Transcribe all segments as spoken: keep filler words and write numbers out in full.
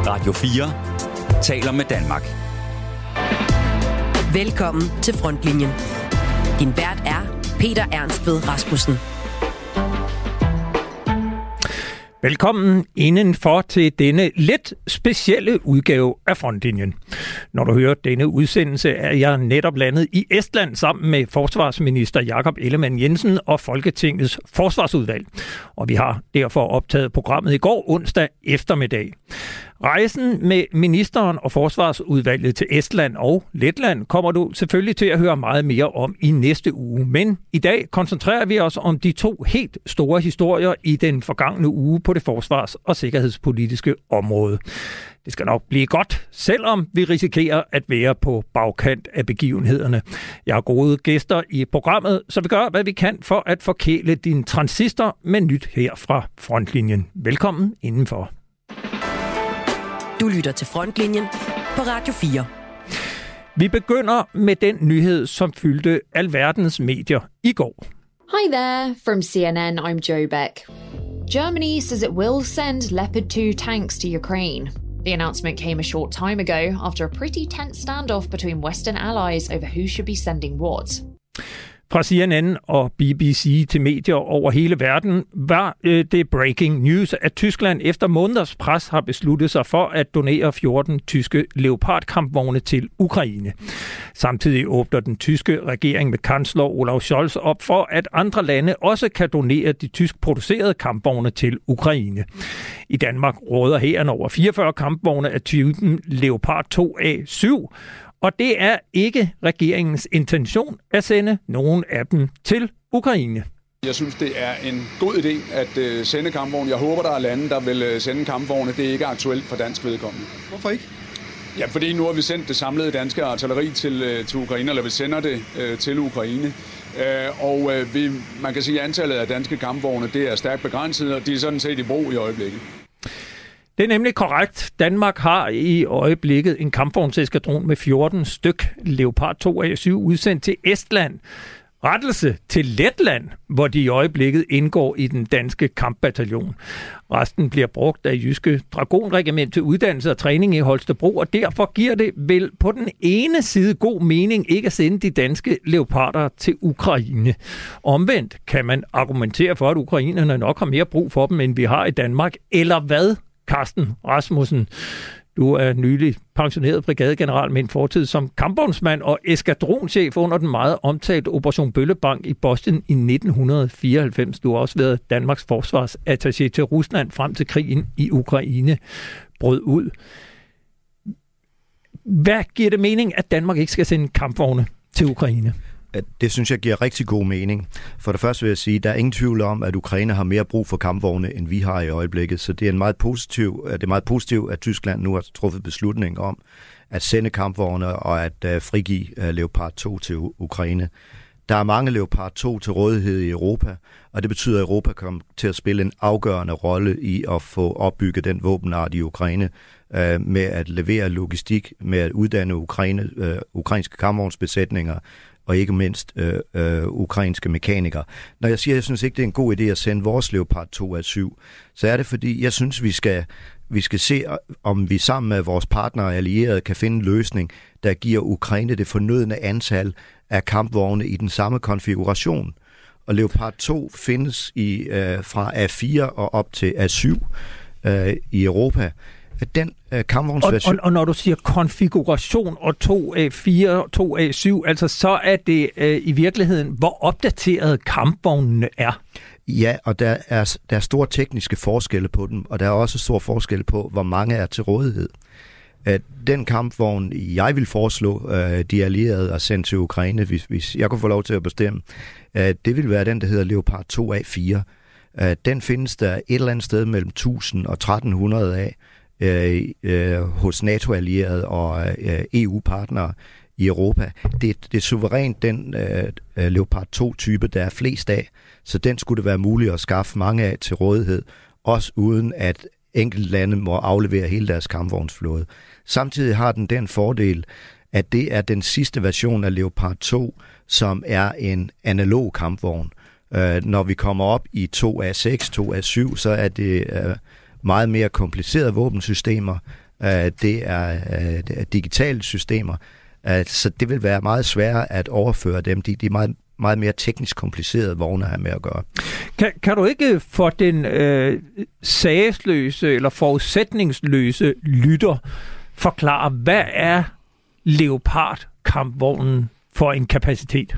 Radio fire taler med Danmark. Velkommen til Frontlinjen. Din vært er Peter Ernstved Rasmussen. Velkommen indenfor til denne lidt specielle udgave af Frontlinjen. Når du hører denne udsendelse, er jeg netop landet i Estland sammen med forsvarsminister Jakob Ellemann-Jensen og Folketingets forsvarsudvalg. Og vi har derfor optaget programmet i går onsdag eftermiddag. Rejsen med ministeren og forsvarsudvalget til Estland og Letland kommer du selvfølgelig til at høre meget mere om i næste uge. Men i dag koncentrerer vi os om de to helt store historier i den forgangne uge på det forsvars- og sikkerhedspolitiske område. Det skal nok blive godt, selvom vi risikerer at være på bagkant af begivenhederne. Jeg har gode gæster i programmet, så vi gør, hvad vi kan for at forkæle din transistor med nyt her fra Frontlinjen. Velkommen indenfor. Du lytter til Frontlinjen på Radio fire. Vi begynder med den nyhed, som fyldte alverdens medier i går. Hi there, from C N N, I'm Joe Beck. Germany says it will send Leopard two tanks to Ukraine. The announcement came a short time ago after a pretty tense standoff between Western allies over who should be sending what. Fra C N N og B B C til medier over hele verden var øh, det breaking news, at Tyskland efter måneders pres har besluttet sig for at donere fjorten tyske Leopard-kampvogne til Ukraine. Samtidig åbner den tyske regering med kansler Olaf Scholz op for, at andre lande også kan donere de tysk producerede kampvogne til Ukraine. I Danmark råder hæren over fireogfyrre kampvogne af typen Leopard to A syv, og det er ikke regeringens intention at sende nogen af dem til Ukraine. Jeg synes, det er en god idé at sende kampvogne. Jeg håber, der er lande, der vil sende kampvogne. Det er ikke aktuelt for dansk vedkommende. Hvorfor ikke? Ja, fordi nu har vi sendt det samlede danske artilleri til, til Ukraine, eller vi sender det øh, til Ukraine. Øh, og øh, vi, man kan sige, at antallet af danske kampvogne, det er stærkt begrænset, og de er sådan set i brug i øjeblikket. Det er nemlig korrekt. Danmark har i øjeblikket en kampvognseskadron med fjorten styk Leopard to A syv udsendt til Estland. Rettelse til Letland, hvor de i øjeblikket indgår i den danske kampbataljon. Resten bliver brugt af Jyske Dragonregiment til uddannelse og træning i Holstebro, og derfor giver det vel på den ene side god mening ikke at sende de danske leoparder til Ukraine. Omvendt kan man argumentere for, at ukrainerne nok har mere brug for dem, end vi har i Danmark. Eller hvad, Carsten Rasmussen? Du er nylig pensioneret brigadegeneral med en fortid som kampvognsmand og eskadronchef under den meget omtalte Operation Bøllebank i Bosnien i nitten fireoghalvfems. Du har også været Danmarks forsvarsattaché til Rusland frem til krigen i Ukraine brød ud. Hvad giver det mening, at Danmark ikke skal sende kampvogne til Ukraine? Det synes jeg giver rigtig god mening. For det første vil jeg sige, at der er ingen tvivl om, at Ukraine har mere brug for kampvogne, end vi har i øjeblikket. Så det er en meget positiv, det er meget positivt, at Tyskland nu har truffet beslutning om at sende kampvogne og at uh, frigive uh, Leopard to til Ukraine. Der er mange Leopard to til rådighed i Europa, og det betyder, at Europa kommer til at spille en afgørende rolle i at få opbygget den våbenart i Ukraine, uh, med at levere logistik, med at uddanne Ukraine, uh, ukrainske kampvognsbesætninger, og ikke mindst øh, øh, ukrainske mekanikere. Når jeg siger, at jeg synes ikke, det er en god idé at sende vores Leopard to A syv, så er det fordi, jeg synes, vi skal, vi skal se, om vi sammen med vores partnere og allierede kan finde en løsning, der giver Ukraine det fornødne antal af kampvogne i den samme konfiguration. Og Leopard to findes i, øh, fra A fire og op til A syv øh, i Europa. Den øh, kampvognsversion. Og, og, og når du siger konfiguration og to A fire, to A syv, altså så er det øh, i virkeligheden, hvor opdateret kampvognene er. Ja, og der er, der er store tekniske forskelle på dem, og der er også stor forskel på, hvor mange er til rådighed. At den kampvogn, jeg vil foreslå øh, de allierede at sende til Ukraine, hvis, hvis jeg kunne få lov til at bestemme, øh, det vil være den, der hedder Leopard to A fire. Øh, den findes der et eller andet sted mellem tusind og tretten hundrede af, Øh, øh, hos NATO-allierede og øh, E U-partnere i Europa. Det, det er suverænt den øh, Leopard to-type, der er flest af, så den skulle det være muligt at skaffe mange af til rådighed, også uden at enkelte lande må aflevere hele deres kampvognsflåde. Samtidig har den den fordel, at det er den sidste version af Leopard to, som er en analog kampvogn. Øh, når vi kommer op i to A seks, to A syv, så er det øh, meget mere komplicerede våbensystemer, det er digitale systemer, så det vil være meget sværere at overføre dem. De, de er meget, meget mere teknisk komplicerede vogne at have med at gøre. Kan, kan du ikke for den øh, sagsløse eller forudsætningsløse lytter forklare, hvad er Leopard-kampvognen for en kapacitet?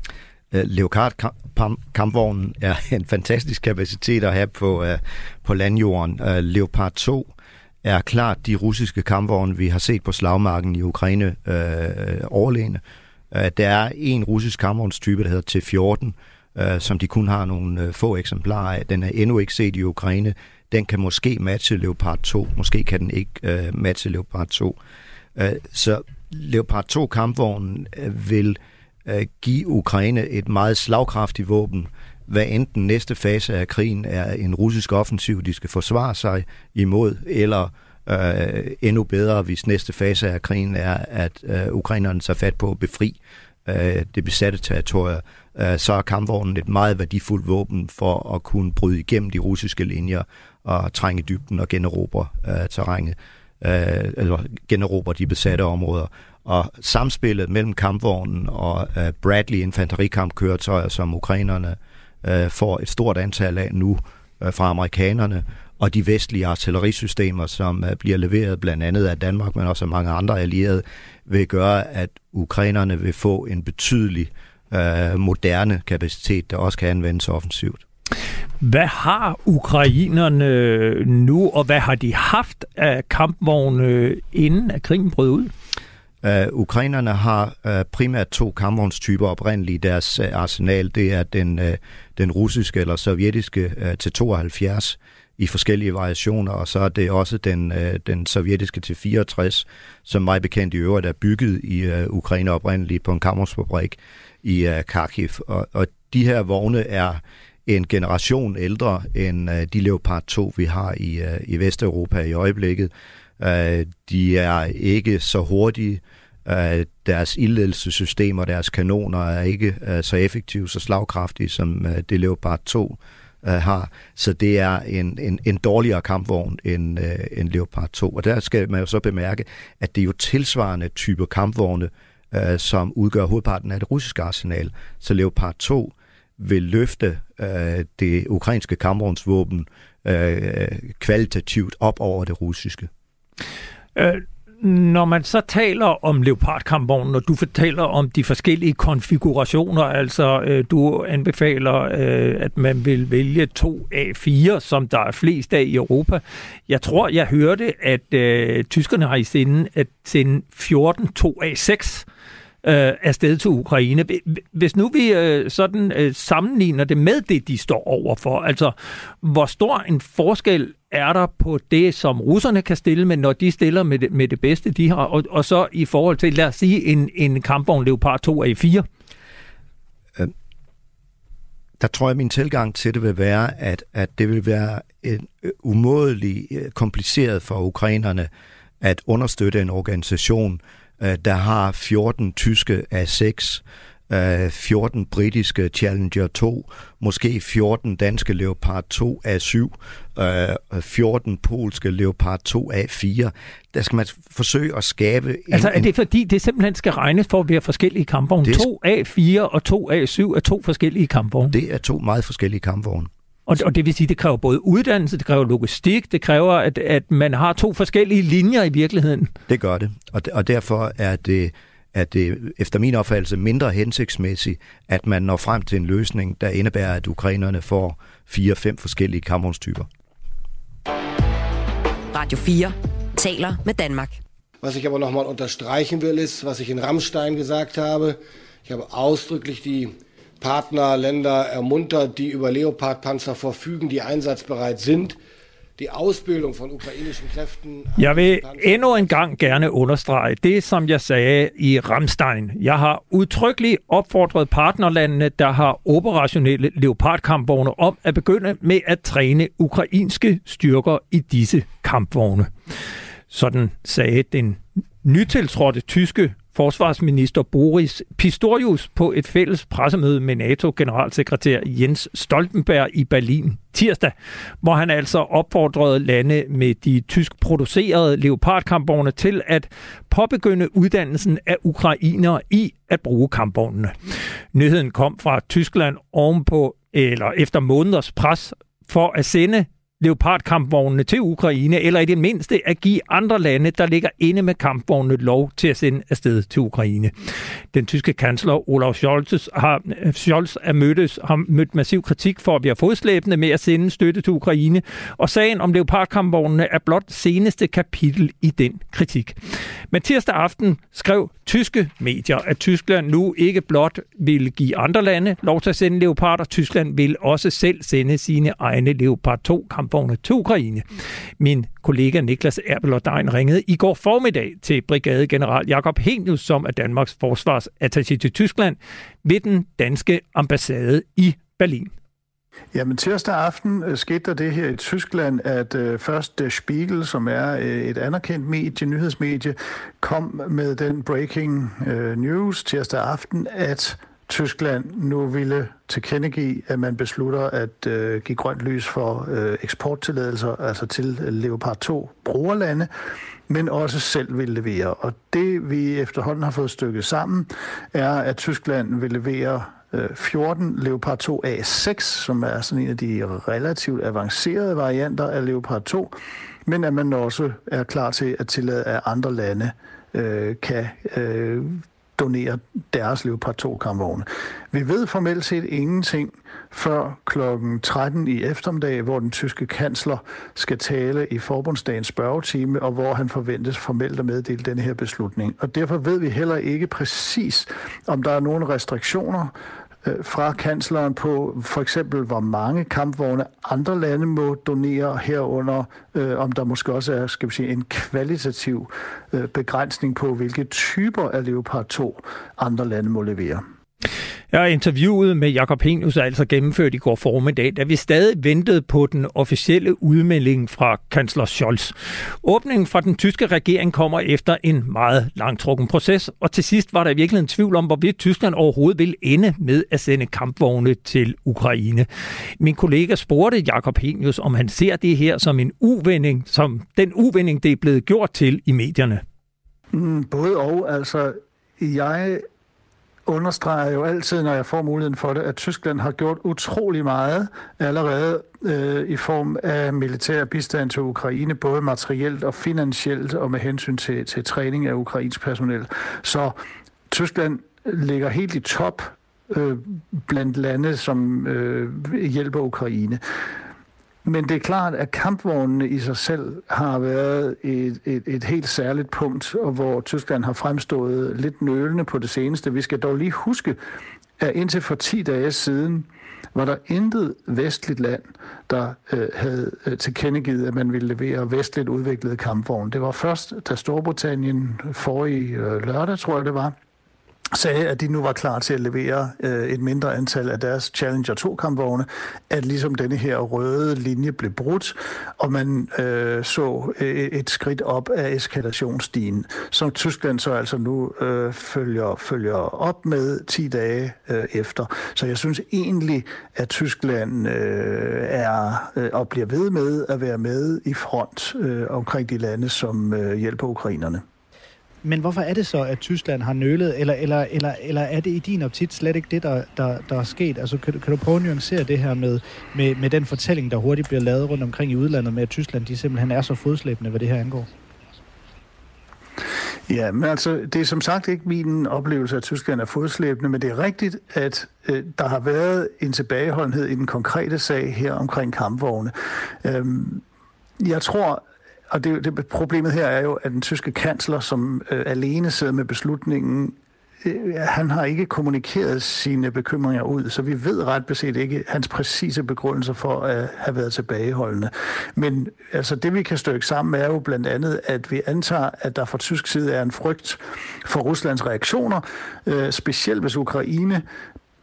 Leopard-kampvognen er en fantastisk kapacitet at have på, uh, på landjorden. Uh, Leopard to er klart de russiske kampvogne, vi har set på slagmarken i Ukraine uh, overlegne. Uh, der er en russisk kampvognstype, der hedder T fjorten, uh, som de kun har nogle uh, få eksemplarer af. Den er endnu ikke set i Ukraine. Den kan måske matche Leopard to. Måske kan den ikke uh, matche Leopard to. Uh, så Leopard to kampvognen uh, vil give Ukraine et meget slagkraftigt våben, hvad enten næste fase af krigen er en russisk offensiv, de skal forsvare sig imod, eller øh, endnu bedre, hvis næste fase af krigen er, at øh, ukrainerne tager fat på at befri øh, det besatte territorier, øh, så er kampvognen et meget værdifuldt våben for at kunne bryde igennem de russiske linjer og trænge dybden og generobre øh, terrænet, øh, eller generobre de besatte områder. Og samspillet mellem kampvognen og uh, Bradley infanterikampkøretøjer, som ukrainerne uh, får et stort antal af nu uh, fra amerikanerne, og de vestlige artillerisystemer, som uh, bliver leveret blandt andet af Danmark, men også af mange andre allierede, vil gøre, at ukrainerne vil få en betydelig uh, moderne kapacitet, der også kan anvendes offensivt. Hvad har ukrainerne nu, og hvad har de haft af kampvogne, inden at krigen brød ud? Uh, ukrainerne har uh, primært to kampvognstyper oprindeligt i deres uh, arsenal. Det er den, uh, den russiske eller sovjetiske uh, T tooghalvfjerds i forskellige variationer, og så er det også den, uh, den sovjetiske T fireogtres, som mig bekendt i øvrigt er bygget i uh, Ukraine oprindeligt på en kampvognsfabrik i uh, Kharkiv. Og, og de her vogne er en generation ældre end uh, de Leopard to, vi har i, uh, i Vesteuropa i øjeblikket. Uh, de er ikke så hurtige. Uh, deres ildledelsessystem og deres kanoner er ikke uh, så effektive, så slagkraftige, som uh, det Leopard to uh, har. Så det er en, en, en dårligere kampvogn end, uh, end Leopard to. Og der skal man jo så bemærke, at det er jo tilsvarende type kampvogne, uh, som udgør hovedparten af det russiske arsenal. Så Leopard to vil løfte uh, det ukrainske kampvognsvåben uh, kvalitativt op over det russiske. Øh, når man så taler om Leopard-kampvognen, og du fortæller om de forskellige konfigurationer, altså øh, du anbefaler, øh, at man vil vælge to A fire, som der er flest af i Europa. Jeg tror, jeg hørte, at øh, tyskerne har i sinde at sende fjorten to A seks øh, afsted til Ukraine. Hvis nu vi øh, sådan øh, sammenligner det med det, de står overfor, altså hvor stor en forskel er der på det, som russerne kan stille med, når de stiller med det, med det bedste, de har, og, og så i forhold til, lad os sige, en, en kampvogn Leopard to A fire? Øh, der tror jeg, at min tilgang til det vil være, at, at det vil være en umådelig kompliceret for ukrainerne at understøtte en organisation, øh, der har fjorten tyske A seks, fjorten britiske Challenger to, måske fjorten danske Leopard to A syv, fjorten polske Leopard to A fire. Der skal man forsøge at skabe... En, altså er det fordi, det simpelthen skal regnes for at være forskellige kampvogne? to A fire og to A syv er to forskellige kampvogne? Det er to meget forskellige kampvogne. Og, og det vil sige, det kræver både uddannelse, det kræver logistik, det kræver, at, at man har to forskellige linjer i virkeligheden. Det gør det, og, og derfor er det... at det efter min opfattelse mindre hensigtsmæssigt, at man når frem til en løsning, der indebærer, at ukrainerne får fire-fem forskellige kampvognstyper. Radio fire taler med Danmark. Was ich aber noch mal unterstreichen will, ist, was ich in Rammstein gesagt habe. Ich habe ausdrücklich die Partnerländer ermuntert, die über Leopard-Panzer verfügen, die einsatzbereit sind. Die Ausbildung von ukrainischen Kräften. Jeg vil endnu en gang gerne understrege det, som jeg sagde i Rammstein. Jeg har udtrykkeligt opfordret partnerlandene, der har operationelle Leopard-kampvogne, om at begynde med at træne ukrainske styrker i disse kampvogne. Sådan sagde den nytiltrådte tyske forsvarsminister Boris Pistorius på et fælles pressemøde med NATO-generalsekretær Jens Stoltenberg i Berlin tirsdag, hvor han altså opfordrede lande med de tysk-producerede Leopard-kampvogne til at påbegynde uddannelsen af ukrainere i at bruge kampvognene. Nyheden kom fra Tyskland ovenpå, eller efter måneders pres for at sende Leopard-kampvognene til Ukraine, eller i det mindste at give andre lande, der ligger inde med kampvognene, lov til at sende afsted til Ukraine. Den tyske kansler Olaf Scholz har, Scholz er mødtes, har mødt massiv kritik for at være fodslæbende med at sende støtte til Ukraine, og sagen om Leopard-kampvognene er blot seneste kapitel i den kritik. Men tirsdag aften skrev tyske medier, at Tyskland nu ikke blot vil give andre lande lov til at sende Leoparder, Tyskland vil også selv sende sine egne Leopard to kampvogne til Ukraine. Min kollega Niklas Erbelordein ringede i går formiddag til brigadegeneral Jakob Henius, som er Danmarks forsvarsattaché til Tyskland, ved den danske ambassade i Berlin. Jamen tirsdag aften skete der det her i Tyskland, at øh, først Der Spiegel, som er øh, et anerkendt medie, nyhedsmedie, kom med den breaking øh, news tirsdag aften, at Tyskland nu ville tilkendegive, at man beslutter at øh, give grønt lys for øh, eksporttilladelser, altså til Leopard to brugerlande, men også selv vil levere. Og det vi efterhånden har fået stykket sammen, er, at Tyskland vil levere fjorten Leopard to A seks, som er sådan en af de relativt avancerede varianter af Leopard to, men at man også er klar til at tillade, at andre lande øh, kan øh, donere deres Leopard to kampvogne. Vi ved formelt set ingenting før klokken tretten i eftermiddag, hvor den tyske kansler skal tale i forbundsdagens spørgetime, og hvor han forventes formelt at meddele denne her beslutning. Og derfor ved vi heller ikke præcis, om der er nogle restriktioner fra kansleren på for eksempel, hvor mange kampvogne andre lande må donere herunder, øh, om der måske også er, skal vi sige, en kvalitativ øh, begrænsning på, hvilke typer af Leopard to andre lande må levere. Jeg har interviewet med Jakob Henius, altså gennemført i går formiddag, da vi stadig ventede på den officielle udmelding fra kansler Scholz. Åbningen fra den tyske regering kommer efter en meget langtrukken proces, og til sidst var der i virkeligheden tvivl om, hvorvidt Tyskland overhovedet ville ende med at sende kampvogne til Ukraine. Min kollega spurgte Jakob Henius, om han ser det her som en uvending, som den uvending, det er blevet gjort til i medierne. Mm, både og, altså jeg understreger jo altid, når jeg får muligheden for det, at Tyskland har gjort utrolig meget allerede øh, i form af militær bistand til Ukraine, både materielt og finansielt, og med hensyn til, til træning af ukrainsk personel. Så Tyskland ligger helt i top øh, blandt lande, som øh, hjælper Ukraine. Men det er klart, at kampvognene i sig selv har været et, et, et helt særligt punkt, og hvor Tyskland har fremstået lidt nølende på det seneste. Vi skal dog lige huske, at indtil for ti dage siden var der intet vestligt land, der øh, havde øh, tilkendegivet, at man ville levere vestligt udviklede kampvogne. Det var først, da Storbritannien forrige øh, lørdag, tror jeg det var, sagde, at de nu var klar til at levere øh, et mindre antal af deres Challenger to kampvogne, at ligesom denne her røde linje blev brudt, og man øh, så et, et skridt op af eskalationsstigen, som Tyskland så altså nu øh, følger, følger op med ti dage øh, efter. Så jeg synes egentlig, at Tyskland øh, er øh, og bliver ved med at være med i front øh, omkring de lande, som øh, hjælper ukrainerne. Men hvorfor er det så, at Tyskland har nølet, eller, eller, eller, eller er det i din optik slet ikke det, der, der, der er sket? Altså, kan, kan du prøve at nuancere det her med, med, med den fortælling, der hurtigt bliver lavet rundt omkring i udlandet, med at Tyskland de simpelthen er så fodslæbende, hvad det her angår? Ja, men altså, det er som sagt ikke min oplevelse, at Tyskland er fodslæbende, men det er rigtigt, at øh, der har været en tilbageholdenhed i den konkrete sag her omkring kampvogne. Øhm, jeg tror, og det, det problemet her er jo, at den tyske kansler, som øh, alene sidder med beslutningen, øh, han har ikke kommunikeret sine bekymringer ud, så vi ved ret beset ikke hans præcise begrundelser for at have været tilbageholdende. Men altså, det vi kan stykke sammen er jo blandt andet, at vi antager, at der fra tysk side er en frygt for Ruslands reaktioner, øh, specielt hvis Ukraine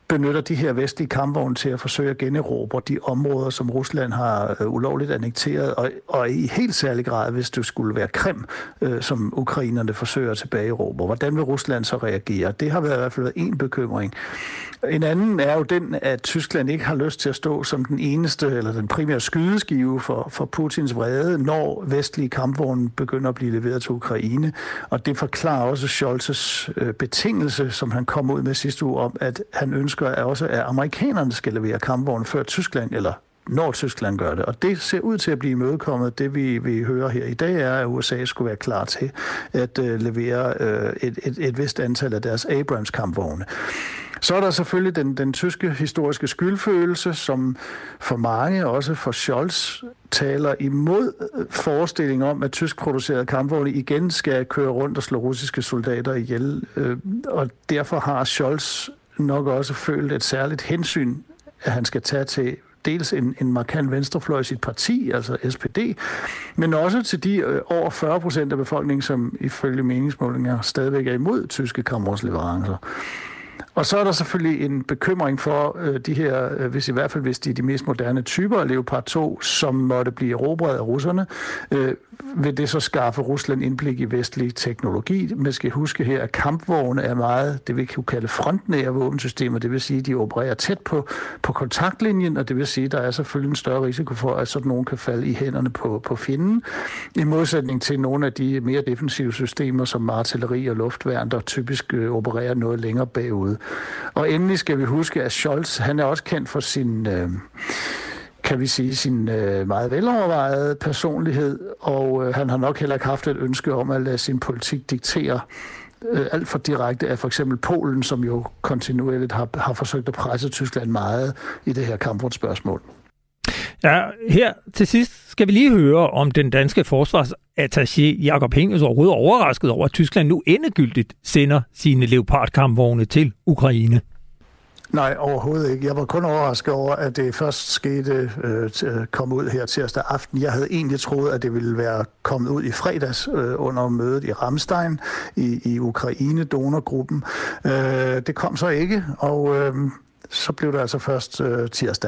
benytter de her vestlige kampvogne til at forsøge at generobre de områder, som Rusland har øh, ulovligt annekteret, og, og i helt særlig grad, hvis det skulle være Krim, øh, som ukrainerne forsøger at tilbageråbe. Hvordan vil Rusland så reagere? Det har været i hvert fald været en bekymring. En anden er jo den, at Tyskland ikke har lyst til at stå som den eneste eller den primære skydeskive for, for Putins vrede, når vestlige kampvogne begynder at blive leveret til Ukraine. Og det forklarer også Scholz's øh, betingelse, som han kom ud med sidste uge, om at han ønsker at også, at amerikanerne skal levere kampvogne før Tyskland, eller når Tyskland gør det. Og det ser ud til at blive imødekommet. Det vi, vi hører her i dag er, at U S A skulle være klar til at uh, levere uh, et, et, et vist antal af deres Abrams-kampvogne. Så er der selvfølgelig den, den tyske historiske skyldfølelse, som for mange, også for Scholz, taler imod forestillingen om, at tyskproducerede kampvogne igen skal køre rundt og slå russiske soldater ihjel. Og derfor har Scholz nok også følt et særligt hensyn, at han skal tage til dels en, en markant venstrefløj i sit parti, altså S P D, men også til de øh, over fyrre procent af befolkningen, som ifølge meningsmålinger stadigvæk er imod tyske kampvognsleverancer. Og så er der selvfølgelig en bekymring for øh, de her, øh, hvis i hvert fald hvis de er de mest moderne typer af Leopard to, som måtte blive erobret af russerne, øh, vil det så skaffe Rusland indblik i vestlig teknologi. Man skal huske her, at kampvogne er meget, det vi kan kalde frontnære våbensystemer, det vil sige, at de opererer tæt på, på kontaktlinjen, og det vil sige, at der er selvfølgelig en større risiko for, at sådan nogen kan falde i hænderne på, på fjenden, i modsætning til nogle af de mere defensive systemer, som artilleri og luftværn, der typisk øh, opererer noget længere bagud. Og endelig skal vi huske, at Scholz, han er også kendt for sin, øh, kan vi sige, sin øh, meget velovervejede personlighed, og øh, han har nok heller ikke haft et ønske om at lade sin politik diktere øh, alt for direkte af for eksempel Polen, som jo kontinuerligt har, har forsøgt at presse Tyskland meget i det her kampvognsspørgsmål. Ja, her til sidst skal vi lige høre, om den danske forsvarsattaché Jakob Henius overhovedet overrasket over, at Tyskland nu endegyldigt sender sine Leopard-kampvogne til Ukraine. Nej, overhovedet ikke. Jeg var kun overrasket over, at det først skete øh, kom ud her tirsdag aften. Jeg havde egentlig troet, at det ville være kommet ud i fredags øh, under mødet i Ramstein i, i Ukraine-donorgruppen. Øh, det kom så ikke, og øh, så blev det altså først øh, tirsdag.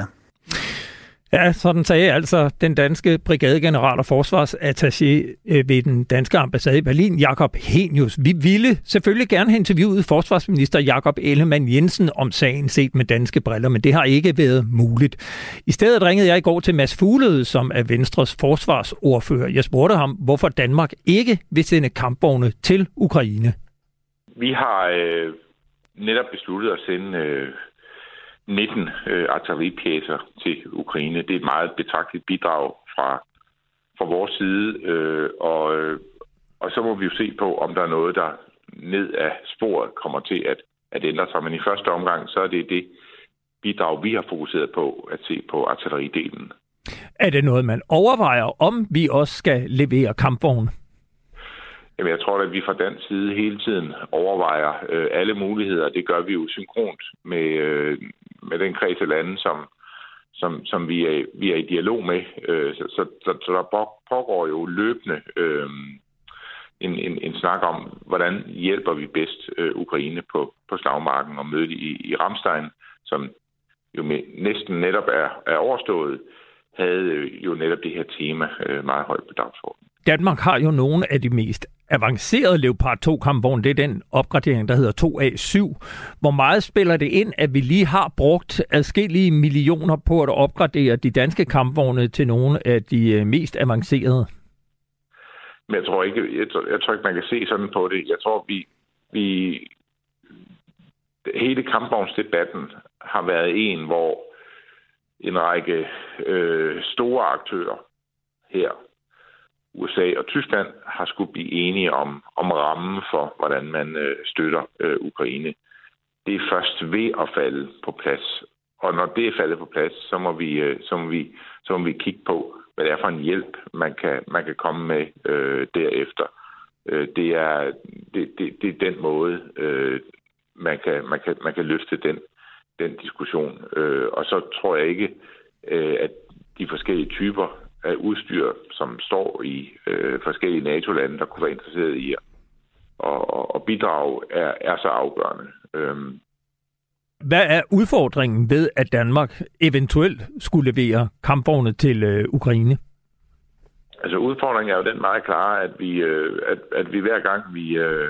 Ja, sådan sagde altså den danske brigadegeneral og forsvarsattaché ved den danske ambassade i Berlin, Jakob Henius. Vi ville selvfølgelig gerne have interviewet forsvarsminister Jakob Ellemann-Jensen om sagen set med danske briller, men det har ikke været muligt. I stedet ringede jeg i går til Mads Fuglede, som er Venstres forsvarsordfører. Jeg spurgte ham, hvorfor Danmark ikke vil sende kampvogne til Ukraine. Vi har øh, netop besluttet at sende Øh nitten øh, artilleripjæser til Ukraine. Det er et meget betragteligt bidrag fra, fra vores side, øh, og, øh, og så må vi jo se på, om der er noget, der ned ad sporet kommer til at, at ændre sig. Men i første omgang, så er det det bidrag, vi har fokuseret på at se på artilleridelen. Er det noget, man overvejer, om vi også skal levere kampvogne? Jamen, jeg tror, at vi fra dansk side hele tiden overvejer øh, alle muligheder. Det gør vi jo synkront med, øh, med den kreds af lande, som, som, som vi, er, vi er i dialog med. Øh, så, så, så, så der pågår jo løbende øh, en, en, en snak om, hvordan hjælper vi bedst øh, Ukraine på, på slagmarken, og mødet i, i Ramstein, som jo med, næsten netop er, er overstået, havde jo netop det her tema øh, meget højt på dagsordenen. Danmark har jo nogle af de mest avancerede Leopard to kampvogne. Det er den opgradering, der hedder to A syv. Hvor meget spiller det ind, at vi lige har brugt adskillige millioner på at opgradere de danske kampvogne til nogle af de mest avancerede? Men jeg tror ikke, jeg tror, jeg tror ikke man kan se sådan på det. Jeg tror, vi, vi hele kampvognsdebatten har været en, hvor en række øh, store aktører her, U S A og Tyskland, har skulle blive enige om, om rammen for, hvordan man øh, støtter øh, Ukraine. Det er først ved at falde på plads. Og når det er faldet på plads, så må vi, øh, så må vi, så må vi kigge på, hvad det er for en hjælp, man kan, man kan komme med øh, derefter. Øh, det, er, det, det, det er den måde, øh, man, kan, man, kan, man kan løfte den, den diskussion. Øh, og så tror jeg ikke, øh, at de forskellige typer af udstyr, som står i øh, forskellige NATO-lande, der kunne være interesseret i at og, og bidrage, er, er så afgørende. Øhm, Hvad er udfordringen ved, at Danmark eventuelt skulle levere kampvogne til øh, Ukraine? Altså udfordringen er jo den meget klare, at vi, øh, at, at vi hver gang vi øh,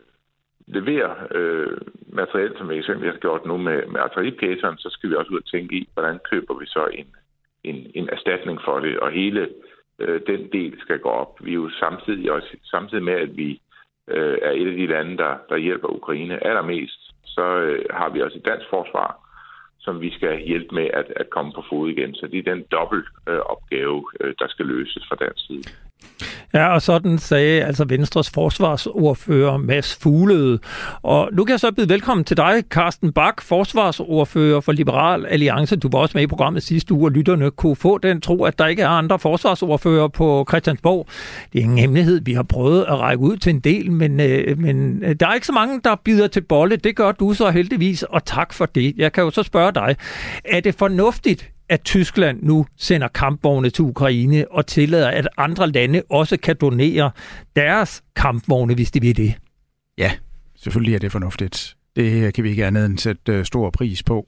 leverer øh, materiel, som vi eksempelvis har gjort nu med, med artilleripjæseren, så skal vi også ud og tænke i, hvordan køber vi så en, en, en erstatning for det, og hele øh, den del skal gå op. Vi er jo samtidig også samtidig med, at vi øh, er et af de lande, der, der hjælper Ukraine allermest, så øh, har vi også et dansk forsvar, som vi skal hjælpe med at, at komme på fod igen. Så det er den dobbelt øh, opgave, øh, der skal løses fra dansk side. Ja, og sådan sagde altså Venstres forsvarsordfører Mads Fuglede. Og nu kan jeg så byde velkommen til dig, Carsten Bach, forsvarsordfører for Liberal Alliance. Du var også med i programmet sidste uge, og lytterne kunne få den tro, at der ikke er andre forsvarsordfører på Christiansborg. Det er ingen hemmelighed. Vi har prøvet at række ud til en del, men, øh, men der er ikke så mange, der bider til bolle. Det gør du så heldigvis, og tak for det. Jeg kan jo så spørge dig, er det fornuftigt, at Tyskland nu sender kampvogne til Ukraine og tillader, at andre lande også kan donere deres kampvogne, hvis de vil det? Ja, selvfølgelig er det fornuftigt. Det kan vi ikke andet end sætte stor pris på.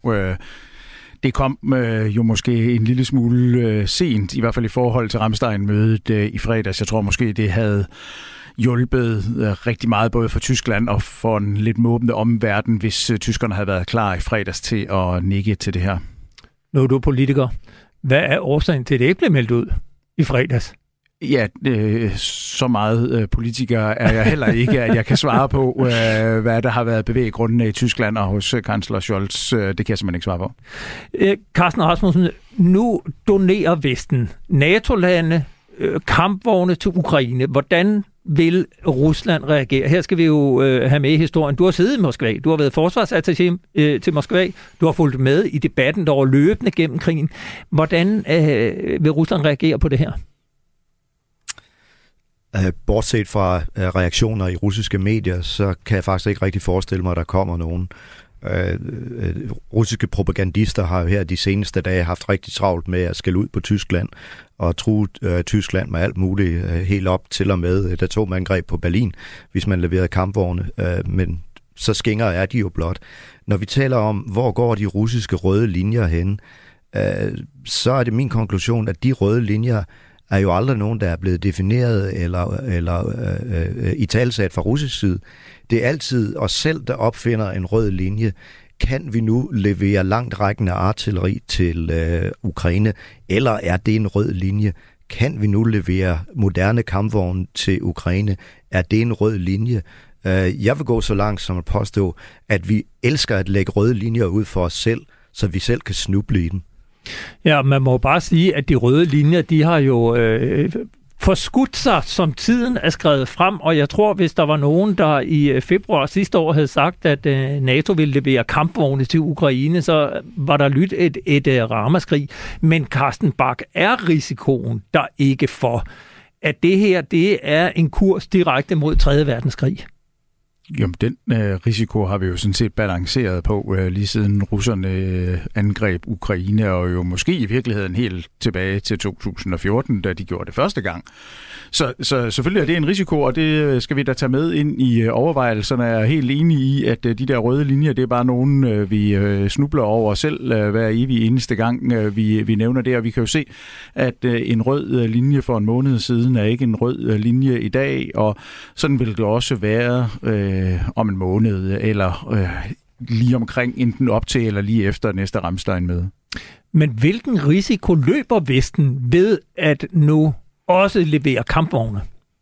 Det kom jo måske en lille smule sent, i hvert fald i forhold til Ramstein-mødet i fredags. Jeg tror måske, det havde hjulpet rigtig meget, både for Tyskland og for en lidt måbende omverden, hvis tyskerne havde været klar i fredags til at nikke til det her. Nu er du politiker. Hvad er årsagen til, at det ikke blev meldt ud i fredags? Ja, øh, så meget øh, politiker er jeg heller ikke, at jeg kan svare på, øh, hvad der har været bevæggrundene i Tyskland og hos øh, kansler Scholz. Øh, det kan jeg simpelthen ikke svare på. Øh, Carsten Rasmussen, nu donerer Vesten NATO-lande øh, kampvogne til Ukraine. Hvordan vil Rusland reagere? Her skal vi jo øh, have med i historien. Du har siddet i Moskva. Du har været forsvarsattaché øh, til Moskva. Du har fulgt med i debatten, der var løbende gennem krigen. Hvordan øh, vil Rusland reagere på det her? Bortset fra reaktioner i russiske medier, så kan jeg faktisk ikke rigtig forestille mig, at der kommer nogen. Øh, øh, russiske propagandister har jo her de seneste dage haft rigtig travlt med at skælde ud på Tyskland og true øh, Tyskland med alt muligt, øh, helt op til og med et atomangreb på Berlin, hvis man leverede kampvogne. Øh, men så skinger er de jo blot. Når vi taler om, hvor går de russiske røde linjer hen, øh, så er det min konklusion, at de røde linjer er jo aldrig nogen, der er blevet defineret eller, eller øh, øh, italesat fra russisk side. Det er altid os selv, der opfinder en rød linje. Kan vi nu levere langt rækkende artilleri til øh, Ukraine, eller er det en rød linje? Kan vi nu levere moderne kampvogne til Ukraine? Er det en rød linje? Øh, jeg vil gå så langt som at påstå, at vi elsker at lægge røde linjer ud for os selv, så vi selv kan snuble i dem. Ja, man må bare sige, at de røde linjer, de har jo øh, forskudt sig, som tiden er skrevet frem, og jeg tror, hvis der var nogen, der i februar sidste år havde sagt, at øh, NATO ville levere kampvogne til Ukraine, så var der lyttet et, et, et ramaskrig. Men Carsten Bach, er risikoen der ikke for, at det her, det er en kurs direkte mod tredje verdenskrig? Jamen, den øh, risiko har vi jo sådan set balanceret på øh, lige siden russerne øh, angreb Ukraine, og jo måske i virkeligheden helt tilbage til to tusind og fjorten, da de gjorde det første gang. Så, så selvfølgelig er det en risiko, og det skal vi da tage med ind i øh, overvejelserne. Jeg er helt enig i, at øh, de der røde linjer, det er bare nogen, øh, vi øh, snubler over selv øh, hver evig eneste gang, øh, vi, vi nævner det. Og vi kan jo se, at øh, en rød øh, linje for en måned siden er ikke en rød øh, linje i dag, og sådan vil det også være øh, om en måned, eller øh, lige omkring, enten op til eller lige efter næste Ramstein-møde. Men hvilken risiko løber Vesten ved at nu også levere kampvogne?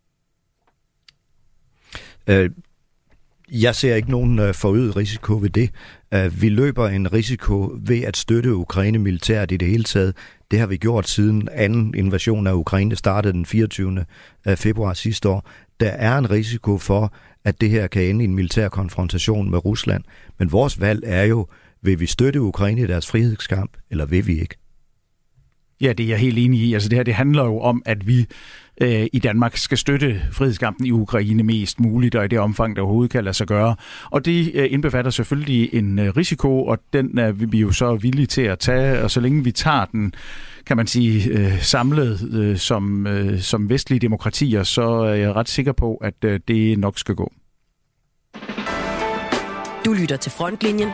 Øh, jeg ser ikke nogen forøget risiko ved det. Øh, vi løber en risiko ved at støtte Ukraine militært i det hele taget. Det har vi gjort siden anden invasion af Ukraine startede den fireogtyvende februar sidste år. Der er en risiko for, at det her kan ende i en militær konfrontation med Rusland. Men vores valg er jo, vil vi støtte Ukraine i deres frihedskamp, eller vil vi ikke? Ja, det er jeg helt enig i. Altså det her, det handler jo om, at vi øh, i Danmark skal støtte frihedskampen i Ukraine mest muligt, og i det omfang, der overhovedet kan lade sig gøre. Og det øh, indbefatter selvfølgelig en øh, risiko, og den er vi jo så villige til at tage, og så længe vi tager den, kan man sige, øh, samlet øh, som, øh, som vestlige demokratier, så er jeg ret sikker på, at øh, det nok skal gå. Du lytter til Frontlinjen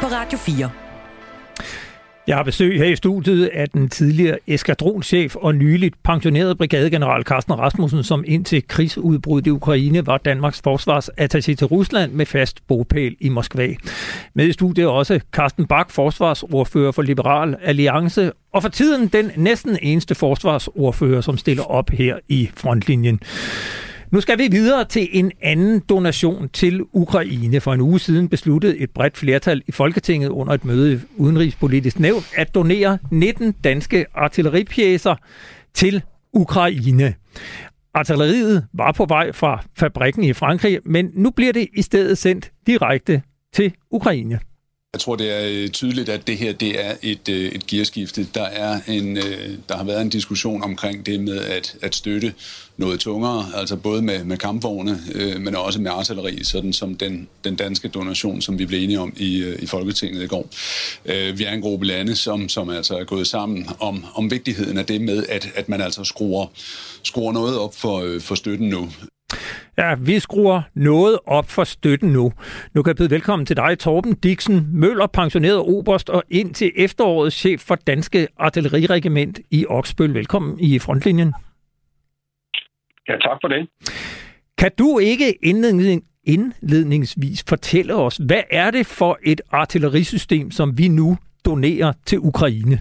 på Radio fire. Jeg har besøg her i studiet af den tidligere eskadronchef og nyligt pensionerede brigadegeneral Carsten Rasmussen, som indtil krigsudbruddet i Ukraine var Danmarks forsvarsattaché til Rusland med fast bopæl i Moskva. Med i studiet også Carsten Bach, forsvarsordfører for Liberal Alliance, og for tiden den næsten eneste forsvarsordfører, som stiller op her i frontlinjen. Nu skal vi videre til en anden donation til Ukraine. For en uge siden besluttede et bredt flertal i Folketinget under et møde i Udenrigspolitisk Nævn at donere nitten danske artilleripjæser til Ukraine. Artilleriet var på vej fra fabrikken i Frankrig, men nu bliver det i stedet sendt direkte til Ukraine. Jeg tror, det er tydeligt, at det her det er et, et gearskifte. Der, er en, der har været en diskussion omkring det med at, at støtte noget tungere, altså både med, med kampvogne, men også med artilleri, sådan som den, den danske donation, som vi blev enige om i, i Folketinget i går. Vi er en gruppe lande, som, som altså er gået sammen om, om vigtigheden af det med, at, at man altså skruer, skruer noget op for, for støtten nu. Ja, vi skruer noget op for støtten nu. Nu kan jeg byde velkommen til dig, Torben Dixen Møller, pensioneret oberst og indtil efteråret chef for Danske Artilleriregiment i Oksbøl. Velkommen i frontlinjen. Ja, tak for det. Kan du ikke indledning, indledningsvis fortælle os, hvad er det for et artillerisystem, som vi nu donerer til Ukraine?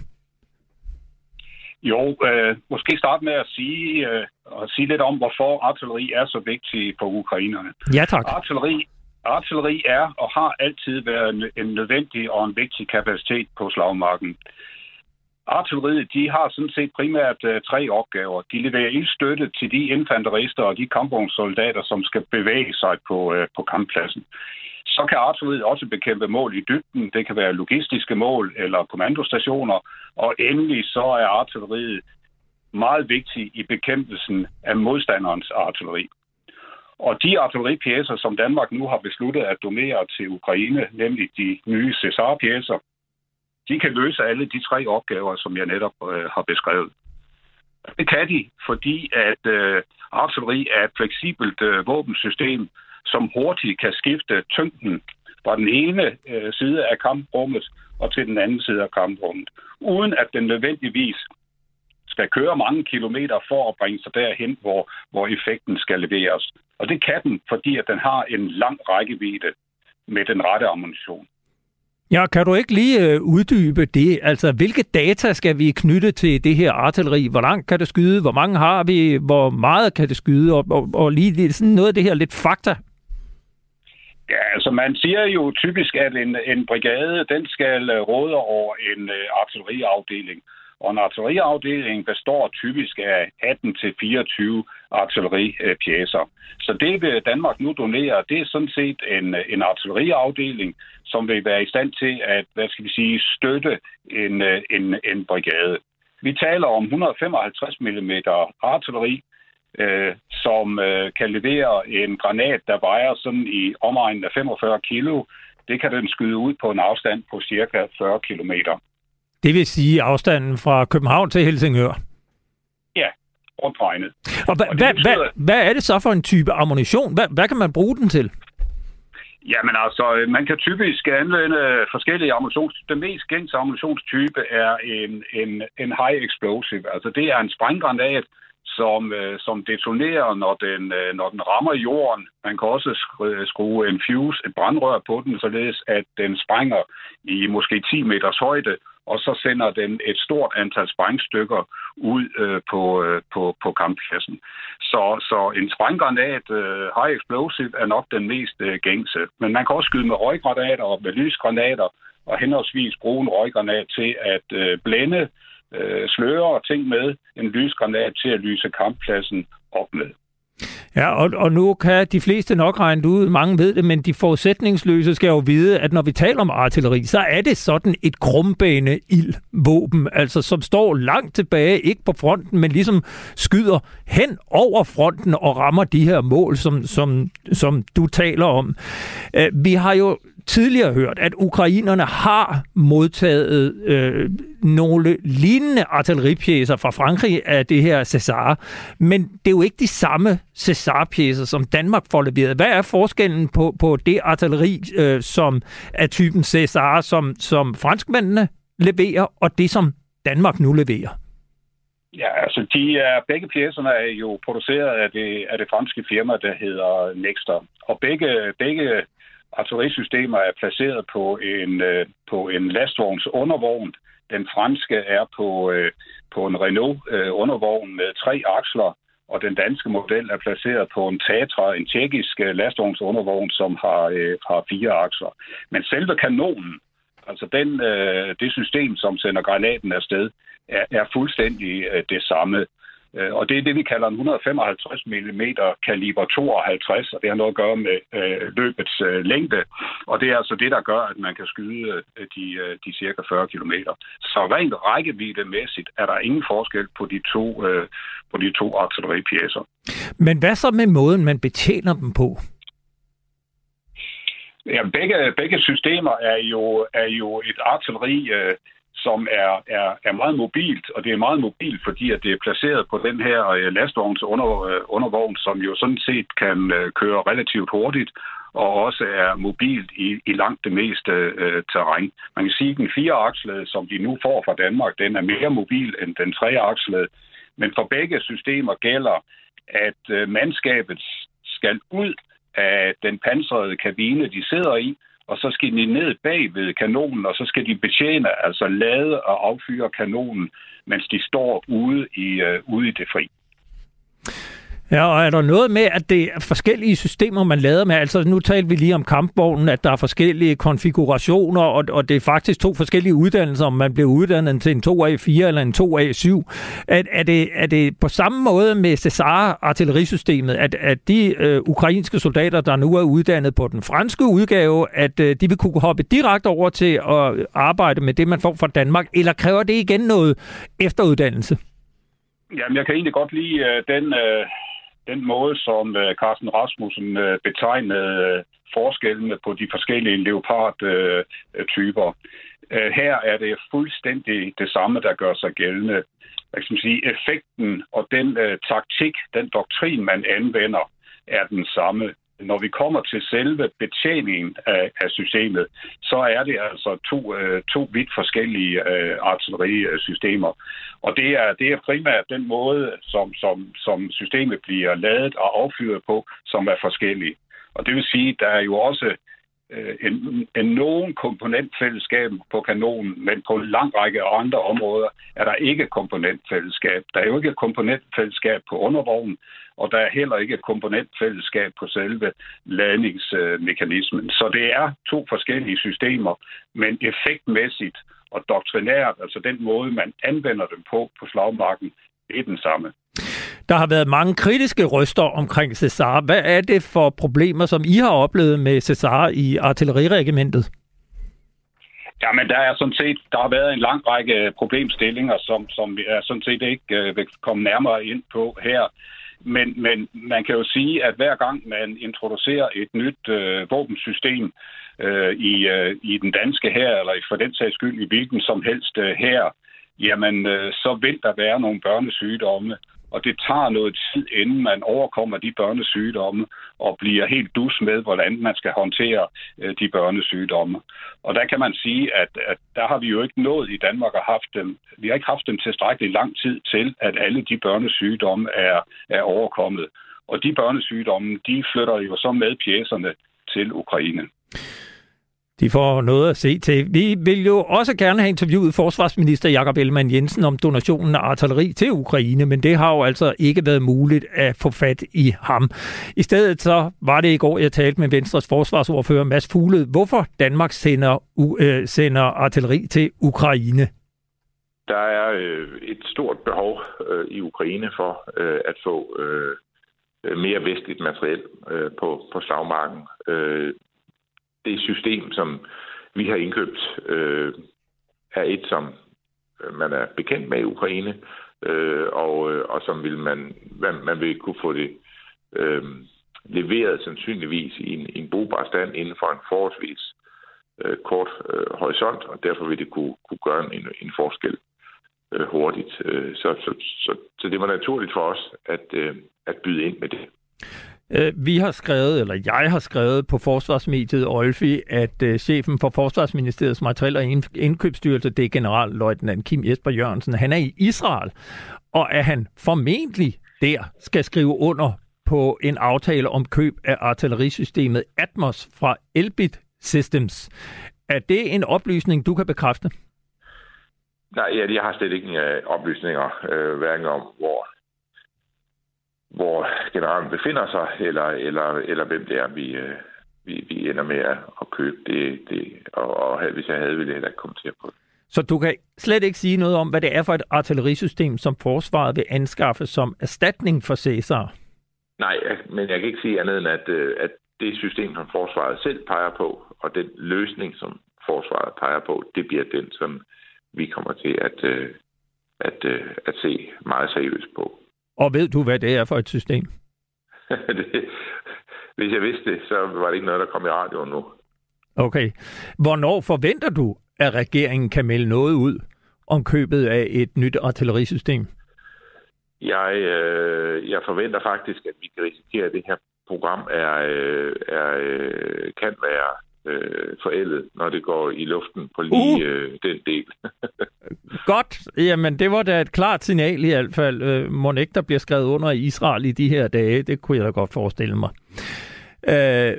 Jo, øh, måske starte med at sige, øh, at sige lidt om, hvorfor artilleri er så vigtigt for ukrainerne. Ja, tak. Artilleri, artilleri er og har altid været en, en nødvendig og en vigtig kapacitet på slagmarken. Artilleriet, de har sådan set primært uh, tre opgaver. De leverer ildstøtte til de infanterister og de kampvognssoldater, som skal bevæge sig på, uh, på kamppladsen. Så kan artilleriet også bekæmpe mål i dybden. Det kan være logistiske mål eller kommandostationer. Og endelig så er artilleriet meget vigtigt i bekæmpelsen af modstanderens artilleri. Og de artilleripjæser, som Danmark nu har besluttet at donere til Ukraine, nemlig de nye Cæsar-pjæser, de kan løse alle de tre opgaver, som jeg netop øh, har beskrevet. Det kan de, fordi at øh, artilleri er et fleksibelt øh, våbensystem, som hurtigt kan skifte tyngden fra den ene øh, side af kamprummet og til den anden side af kamprummet, uden at den nødvendigvis skal køre mange kilometer for at bringe sig derhen, hvor, hvor effekten skal leveres. Og det kan den, fordi at den har en lang rækkevidde med den rette ammunition. Ja, kan du ikke lige øh, uddybe det? Altså, hvilke data skal vi knytte til det her artilleri? Hvor langt kan det skyde? Hvor mange har vi? Hvor meget kan det skyde? Og, og, og lige sådan noget af det her lidt fakta. Ja, altså man siger jo typisk, at en, en brigade, den skal råde over en uh, artilleriafdeling. Og en artilleriafdeling består typisk af atten til fireogtyve artilleripjæser. Så det vil Danmark nu donere, det er sådan set en, en artilleriafdeling, som vil være i stand til at, hvad skal vi sige, støtte en, en, en brigade. Vi taler om et hundrede og femoghalvtreds millimeter artilleri, øh, som øh, kan levere en granat, der vejer sådan i omegnen af femogfyrre kilo. Det kan den skyde ud på en afstand på cirka fyrre kilometer. Det vil sige afstanden fra København til Helsingør? Ja, rundt regnet. Og, hva, og hvad, betyder, hvad, hvad er det så for en type ammunition? Hvad, hvad kan man bruge den til? Jamen altså, man kan typisk anvende forskellige ammunitions... Den mest gængse ammunitionstype er en, en, en high explosive. Altså det er en sprænggranat, som, som detonerer, når den, når den rammer jorden. Man kan også skrue en fuse, et brandrør på den, således at den sprænger i måske ti meters højde, og så sender den et stort antal sprængstykker ud øh, på, øh, på, på kamppladsen. Så, så en sprænggranat, øh, high explosive, er nok den mest øh, gængse. Men man kan også skyde med røggranater og med lysgranater, og henholdsvis bruge en røggranat til at øh, blænde, øh, sløre og ting med, en lysgranat til at lyse kamppladsen op med. Ja, og, og nu kan de fleste nok regne ud, mange ved det, men de forudsætningsløse skal jo vide, at når vi taler om artilleri, så er det sådan et krumbane-ildvåben, altså som står langt tilbage, ikke på fronten, men ligesom skyder hen over fronten og rammer de her mål, som, som, som du taler om. Vi har jo tidligere hørt, at ukrainerne har modtaget øh, nogle lignende artilleripjæser fra Frankrig af det her César, men det er jo ikke de samme César-pjæser, som Danmark får leveret. Hvad er forskellen på, på det artilleri, øh, som er typen César, som, som franskmændene leverer, og det, som Danmark nu leverer? Ja, altså de er, begge pjæserne er jo produceret af det, af det franske firma, der hedder Nexter. Og begge, begge artillerisystemer er placeret på en, på en lastvogns undervogn. Den franske er på, på en Renault undervogn med tre aksler, og den danske model er placeret på en Tatra, en tjekkisk lastvogns undervogn, som har, har fire aksler. Men selve kanonen, altså den, det system, som sender granaten afsted, er, er fuldstændig det samme. Og det er det, vi kalder en et hundrede og femoghalvtreds millimeter kaliber tooghalvtreds, og det har noget at gøre med øh, løbets øh, længde. Og det er altså det, der gør, at man kan skyde øh, de, øh, de cirka fyrre kilometer. Så rent rækkeviddemæssigt er der ingen forskel på de to, øh, på de to artilleripjæser. Men hvad så med måden, man betjener dem på? Ja, begge, begge systemer er jo, er jo et artilleri, øh, som er, er, er meget mobilt, og det er meget mobilt, fordi at det er placeret på den her øh, lastvogns under, øh, undervogn, som jo sådan set kan øh, køre relativt hurtigt, og også er mobilt i, i langt det meste øh, terræn. Man kan sige, at den fireakslede, som de nu får fra Danmark, den er mere mobil end den treakslede, men for begge systemer gælder, at øh, mandskabet skal ud af den pansrede kabine, de sidder i, og så skal de ned bag ved kanonen, og så skal de betjene, altså lade og affyre kanonen, mens de står ude i, uh, ude i det fri. Ja, og er der noget med, at det er forskellige systemer, man lader med? Altså, nu talte vi lige om kampvognen, at der er forskellige konfigurationer, og, og det er faktisk to forskellige uddannelser, om man bliver uddannet til en to A fire eller en to A syv. Er, er, det, er det på samme måde med César-artillerisystemet, at, at de øh, ukrainske soldater, der nu er uddannet på den franske udgave, at øh, de vil kunne hoppe direkte over til at arbejde med det, man får fra Danmark, eller kræver det igen noget efteruddannelse? Jamen, jeg kan egentlig godt lide øh, den... Øh Den måde, som Carsten Rasmussen betegnede forskellene på de forskellige Leopard-typer. Her er det fuldstændig det samme, der gør sig gældende. Jeg kan sige, effekten og den uh, taktik, den doktrin, man anvender, er den samme. Når vi kommer til selve betjeningen af, af systemet, så er det altså to, uh, to vidt forskellige uh, artillerisystemer. Og det er, det er primært den måde, som, som, som systemet bliver ladet og affyret på, som er forskellig. Og det vil sige, der er jo også uh, en, en nogen komponentfællesskab på kanonen, men på en lang række andre områder er der ikke komponentfællesskab. Der er jo ikke komponentfællesskab på undervognen, og der er heller ikke et komponentfællesskab på selve ladningsmekanismen. Så det er to forskellige systemer, men effektmæssigt og doktrinært, altså den måde, man anvender dem på på slagmarken, det er den samme. Der har været mange kritiske røster omkring César. Hvad er det for problemer, som I har oplevet med César i artilleriregimentet? Ja, men der er sådan set, der har været en lang række problemstillinger, som, som vi er sådan set ikke øh, vil komme nærmere ind på her. Men, men man kan jo sige, at hver gang man introducerer et nyt øh, våbensystem øh, i, øh, i den danske hær, eller for den sags skyld i hvilken som helst øh, hær, jamen øh, så vil der være nogle børnesygdomme. Og det tager noget tid, inden man overkommer de børnesygdomme og bliver helt dus med, hvordan man skal håndtere øh, de børnesygdomme. Og der kan man sige, at, at der har vi jo ikke nået i Danmark at haft dem. Vi har ikke haft dem tilstrækkeligt lang tid til, at alle de børnesygdomme er, er overkommet. Og de børnesygdomme, de flytter jo så med pjæserne til Ukraine. De får noget at se til. Vi vil jo også gerne have interviewet forsvarsminister Jakob Ellemann-Jensen om donationen af artilleri til Ukraine, men det har jo altså ikke været muligt at få fat i ham. I stedet så var det i går, jeg talte med Venstres forsvarsordfører Mads Fuglede, hvorfor Danmark sender, uh, sender artilleri til Ukraine. Der er øh, et stort behov øh, i Ukraine for øh, at få øh, mere vestligt materiel øh, på, på slagmarken. Øh, Det system, som vi har indkøbt, øh, er et, som man er bekendt med i Ukraine, øh, og, og som vil man, man, man vil kunne få det øh, leveret sandsynligvis i en, i en brugbar stand inden for en forholdsvis øh, kort øh, horisont, og derfor vil det kunne, kunne gøre en, en forskel øh, hurtigt. Øh, så, så, så, så det var naturligt for os at, øh, at byde ind med det. Vi har skrevet, eller jeg har skrevet på forsvarsmediet Olfi, at uh, chefen for Forsvarsministeriets materiel- og indkøbsstyrelse, det er generalløjtnant Kim Jesper Jørgensen, han er i Israel, og at han formentlig der skal skrive under på en aftale om køb af artillerisystemet Atmos fra Elbit Systems. Er det en oplysning, du kan bekræfte? Nej, ja, jeg har slet ikke uh, oplysninger, uh, hverken om, hvor hvor generalen befinder sig, eller, eller, eller hvem det er, vi, vi, vi ender med at, at købe det. det og, og hvis jeg havde, ville jeg heller ikke kommentere på det. Så du kan slet ikke sige noget om, hvad det er for et artillerisystem, som forsvaret vil anskaffe som erstatning for Cæsar? Nej, men jeg kan ikke sige andet end, at, at det system, som forsvaret selv peger på, og den løsning, som forsvaret peger på, det bliver den, som vi kommer til at, at, at, at se meget seriøst på. Og ved du, hvad det er for et system? det, hvis jeg vidste det, så var det ikke noget, der kom i radioen nu. Okay. Hvornår forventer du, at regeringen kan melde noget ud om købet af et nyt artillerisystem? Jeg, øh, jeg forventer faktisk, at vi kan risikere, at det her program er, øh, er, øh, kan være øh, forældet, når det går i luften på lige uh. øh, den del. Godt. Jamen, det var da et klart signal i hvert fald. Øh, må ikke der bliver skrevet under i Israel i de her dage. Det kunne jeg da godt forestille mig. Øh,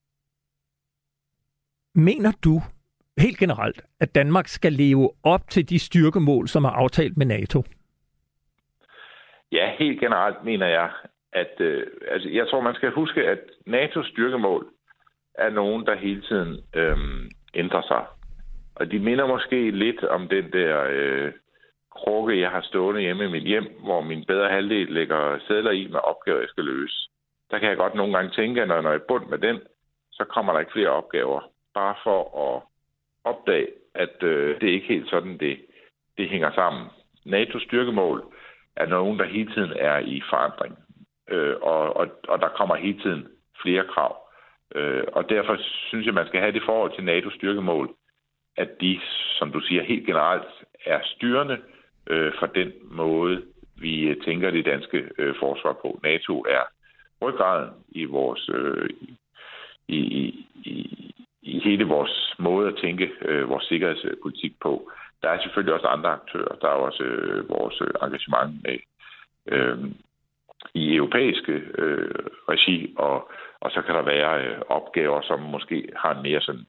mener du helt generelt, at Danmark skal leve op til de styrkemål, som er aftalt med NATO? Ja, helt generelt mener jeg, at øh, altså, jeg tror, man skal huske, at NATO's styrkemål er nogen, der hele tiden øh, ændrer sig. Og de minder måske lidt om den der øh, krukke, jeg har stående hjemme i mit hjem, hvor min bedre halvdel lægger sedler i med opgaver, jeg skal løse. Der kan jeg godt nogle gange tænke, at når jeg er bundt med den, så kommer der ikke flere opgaver. Bare for at opdage, at øh, det er ikke helt sådan, det, det hænger sammen. NATO's styrkemål er nogen, der hele tiden er i forandring. Øh, og, og, og der kommer hele tiden flere krav. Øh, og derfor synes jeg, man skal have det forhold til NATO's styrkemål, at de, som du siger, helt generelt er styrende øh, for den måde, vi tænker det danske øh, forsvar på. NATO er ryggraden i vores øh, i, i, i, i hele vores måde at tænke øh, vores sikkerhedspolitik på. Der er selvfølgelig også andre aktører. Der er også øh, vores engagement med, øh, i europæiske øh, regi, og, og så kan der være øh, opgaver, som måske har en mere sådan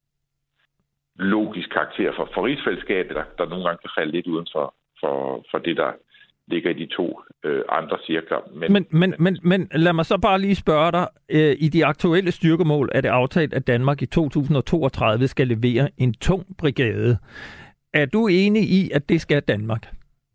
logisk karakter for, for rigsfællesskabet, der, der nogle gange kan falde lidt uden for, for, for det, der ligger i de to øh, andre cirkler. Men, men, men, men, men lad mig så bare lige spørge dig. Øh, I de aktuelle styrkemål er det aftalt, at Danmark i to tusind og toogtredive skal levere en tung brigade. Er du enig i, at det skal Danmark?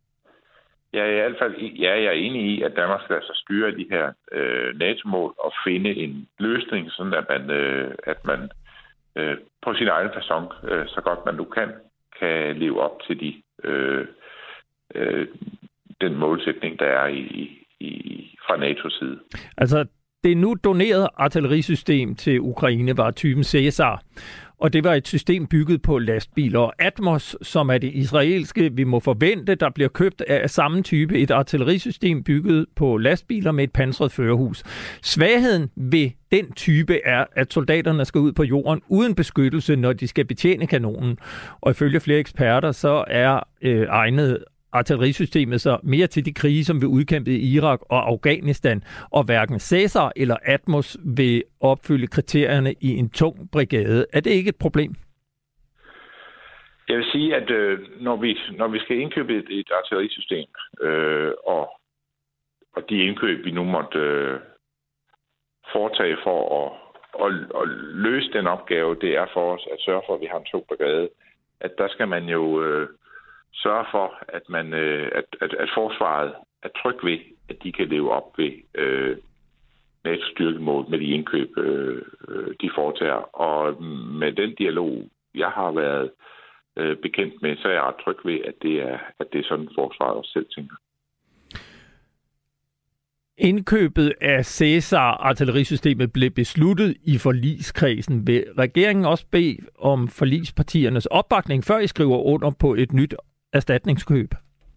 Ja, i hvert fald ja, jeg er enig i, at Danmark skal altså styre de her øh, NATO-mål og finde en løsning, sådan at man, øh, at man øh, på sin egen facon, øh, så godt man nu kan, kan leve op til de, øh, øh, den målsætning, der er i, i, fra NATO's side. Altså, det nu donerede artillerisystem til Ukraine var typen Cæsar. Og det var et system bygget på lastbiler. Og Atmos, som er det israelske, vi må forvente, der bliver købt af samme type, et artillerisystem bygget på lastbiler med et pansret førerhus. Svagheden ved den type er, at soldaterne skal ud på jorden uden beskyttelse, når de skal betjene kanonen. Og ifølge flere eksperter, så er øh, egnet artillerisystemet så mere til de krige, som vi udkæmpede i Irak og Afghanistan, og hverken Cæsar eller Atmos vil opfylde kriterierne i en tung brigade. Er det ikke et problem? Jeg vil sige, at øh, når, vi, når vi skal indkøbe et, et artillerisystem, øh, og, og de indkøb, vi nu måtte øh, foretage for at, at, at løse den opgave, det er for os at sørge for, at vi har en tung brigade, at der skal man jo øh, sørge for, at, man, øh, at, at, at forsvaret er tryg ved, at de kan leve op ved øh, NATO's styrkemål med de indkøb, øh, de foretager. Og med den dialog, jeg har været øh, bekendt med, så er jeg ret tryg ved, at det er, at det er sådan, forsvaret også selv tænker. Indkøbet af Cæsar-artillerisystemet blev besluttet i forligskredsen. Vil regeringen også bede om forligspartiernes opbakning, før I skriver under på et nyt erstatningskøb?